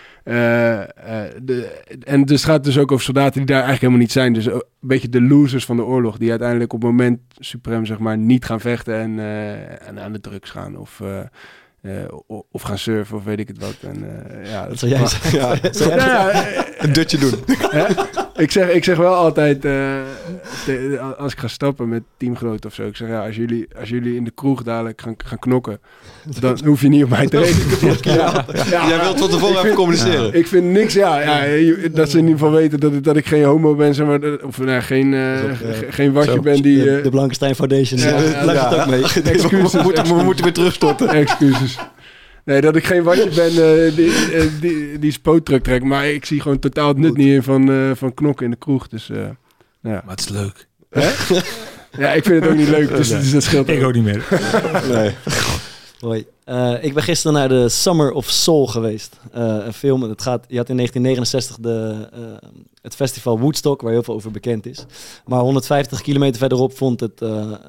en dus het gaat dus ook over soldaten die daar eigenlijk helemaal niet zijn. Dus een beetje de losers van de oorlog, die uiteindelijk op het moment suprem, zeg maar, niet gaan vechten en aan de drugs gaan of gaan surfen of weet ik het wat. Dat zou jij zeggen. Een dutje doen. Ik zeg wel altijd, als ik ga stappen met teamgenoten of zo, ik zeg als jullie in de kroeg dadelijk gaan knokken, dan hoef je niet op mij te rekenen. Jij wilt tot tevoren even communiceren. Ik vind niks, dat ze in ieder geval weten dat ik geen homo ben, zeg maar, of geen wasje ben die... de Blankenstein Foundation, laat het ook mee. Excuses. We moeten weer terugstorten. Excuses. Nee, dat ik geen watje ben die spoottruck trekt. Maar ik zie gewoon totaal het nut niet in van knokken in de kroeg. Dus, ja. Maar het is leuk. Ja, ik vind het ook niet leuk. Dus dat scheelt ik ook niet meer. Nee. Hoi. Ik ben gisteren naar de Summer of Soul geweest. Een film. Je had in 1969 het festival Woodstock, waar heel veel over bekend is. Maar 150 kilometer verderop vond het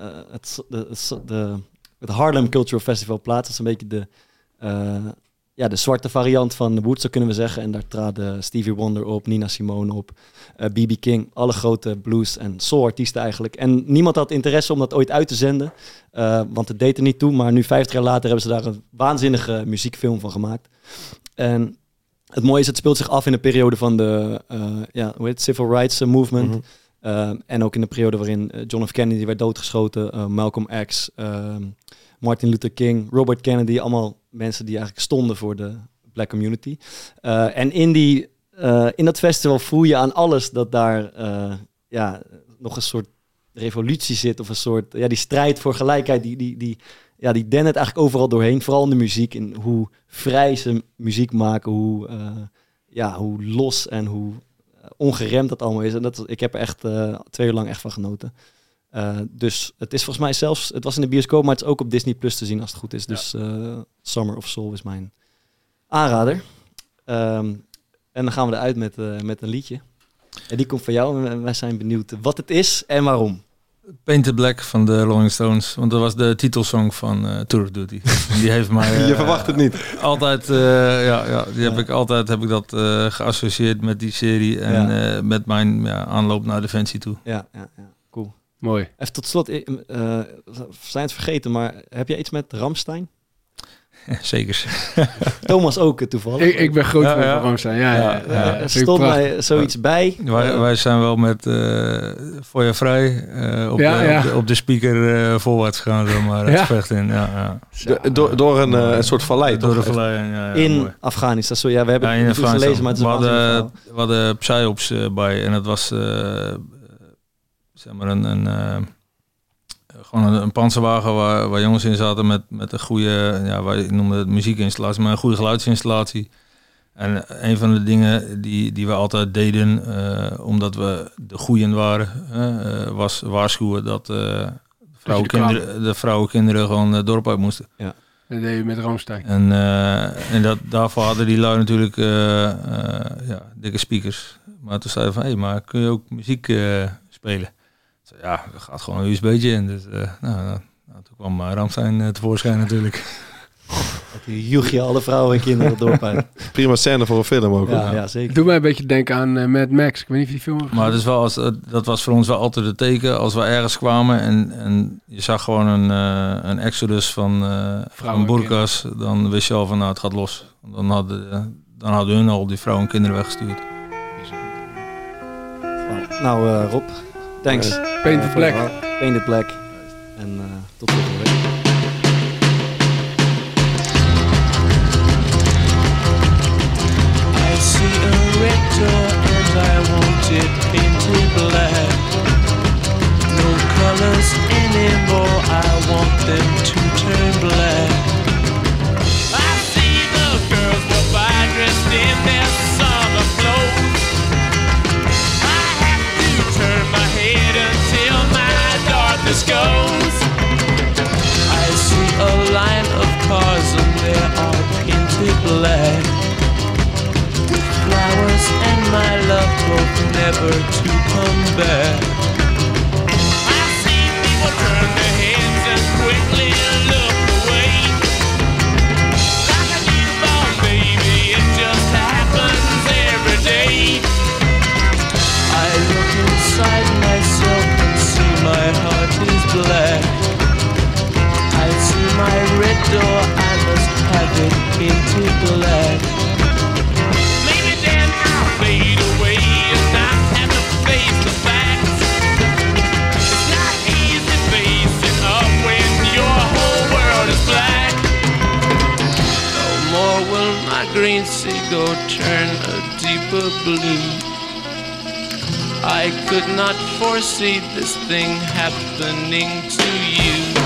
Harlem Cultural Festival plaats. Dat is een beetje de zwarte variant van Woodstock, kunnen we zeggen. En daar traden Stevie Wonder op, Nina Simone op, B.B. King. Alle grote blues- en soul-artiesten eigenlijk. En niemand had interesse om dat ooit uit te zenden. Want het deed er niet toe. Maar nu 50 jaar later hebben ze daar een waanzinnige muziekfilm van gemaakt. En het mooie is, het speelt zich af in de periode van de Civil Rights Movement. Mm-hmm. En ook in de periode waarin John F. Kennedy werd doodgeschoten. Malcolm X, Martin Luther King, Robert Kennedy. Allemaal mensen die eigenlijk stonden voor de black community. En in dat festival voel je aan alles dat daar nog een soort revolutie zit. Of een soort, die strijd voor gelijkheid. Die die dendert eigenlijk overal doorheen. Vooral in de muziek. En hoe vrij ze muziek maken. Hoe los en hoe ongeremd dat allemaal is. En ik heb er echt 2 uur lang echt van genoten. Dus het is volgens mij zelfs... Het was in de bioscoop, maar het is ook op Disney Plus te zien als het goed is. Ja. Dus Summer of Soul is mijn aanrader. En dan gaan we eruit met een liedje. En die komt van jou en wij zijn benieuwd wat het is en waarom. Painted Black van de Rolling Stones. Want dat was de titelsong van Tour of Duty. Die heeft mij... Je verwacht het niet. Altijd, heb ik dat geassocieerd met die serie. En met mijn aanloop naar Defensie toe. Ja, cool. Mooi. Even tot slot, we zijn het vergeten, maar heb jij iets met Rammstein? Zeker. Thomas ook toevallig. Ik ben groot van Rammstein. Er stond mij zoiets bij. Wij zijn wel met voor je vrij op de speaker voorwaarts gegaan, maar het vecht in. Door een soort vallei. Door de vallei. In mooi. Afghanistan. We hebben het niet gelezen, maar het is we hadden psyops bij en het was zeg maar gewoon een panzerwagen waar jongens in zaten met een goede, wij noemen het muziekinstallatie, maar een goede geluidsinstallatie. En een van de dingen die we altijd deden, omdat we de goeien waren, was waarschuwen dat de vrouwen kinderen gewoon het dorp uit moesten. Ja, dat deed je met Rammstein. En daarvoor hadden die lui natuurlijk dikke speakers. Maar toen zei van, maar kun je ook muziek spelen? Ja, er gaat gewoon een USB'tje in. Dus toen kwam Rammstein tevoorschijn natuurlijk. Die joeg je alle vrouwen en kinderen het dorp uit. Prima scène voor een film ook. Ja, zeker. Doe mij een beetje denken aan Mad Max. Ik weet niet of die film... Maar het is wel dat was voor ons wel altijd het teken. Als we ergens kwamen en je zag gewoon een exodus van burkas, dan wist je al van het gaat los. Dan hadden hun al die vrouwen en kinderen weggestuurd. Nou Rob, thanks. Painted Black. Painted Black. En tot volgende week. I see a red door and I want it painted black. No colors anymore, I want them to turn black. I see the girls go by dressed in their summer clothes. I have to turn my head until my darkness goes. I see a line of cars and they're all painted black. Flowers and my love both never to come back. I see people turn their heads and quickly look away. Like a newborn baby, it just happens every day. I look inside myself and see my heart is black. I see my red door, I must have it painted black. Fade away and not have to face the facts. It's not easy facing up when your whole world is black. No more will my green seagull turn a deeper blue. I could not foresee this thing happening to you.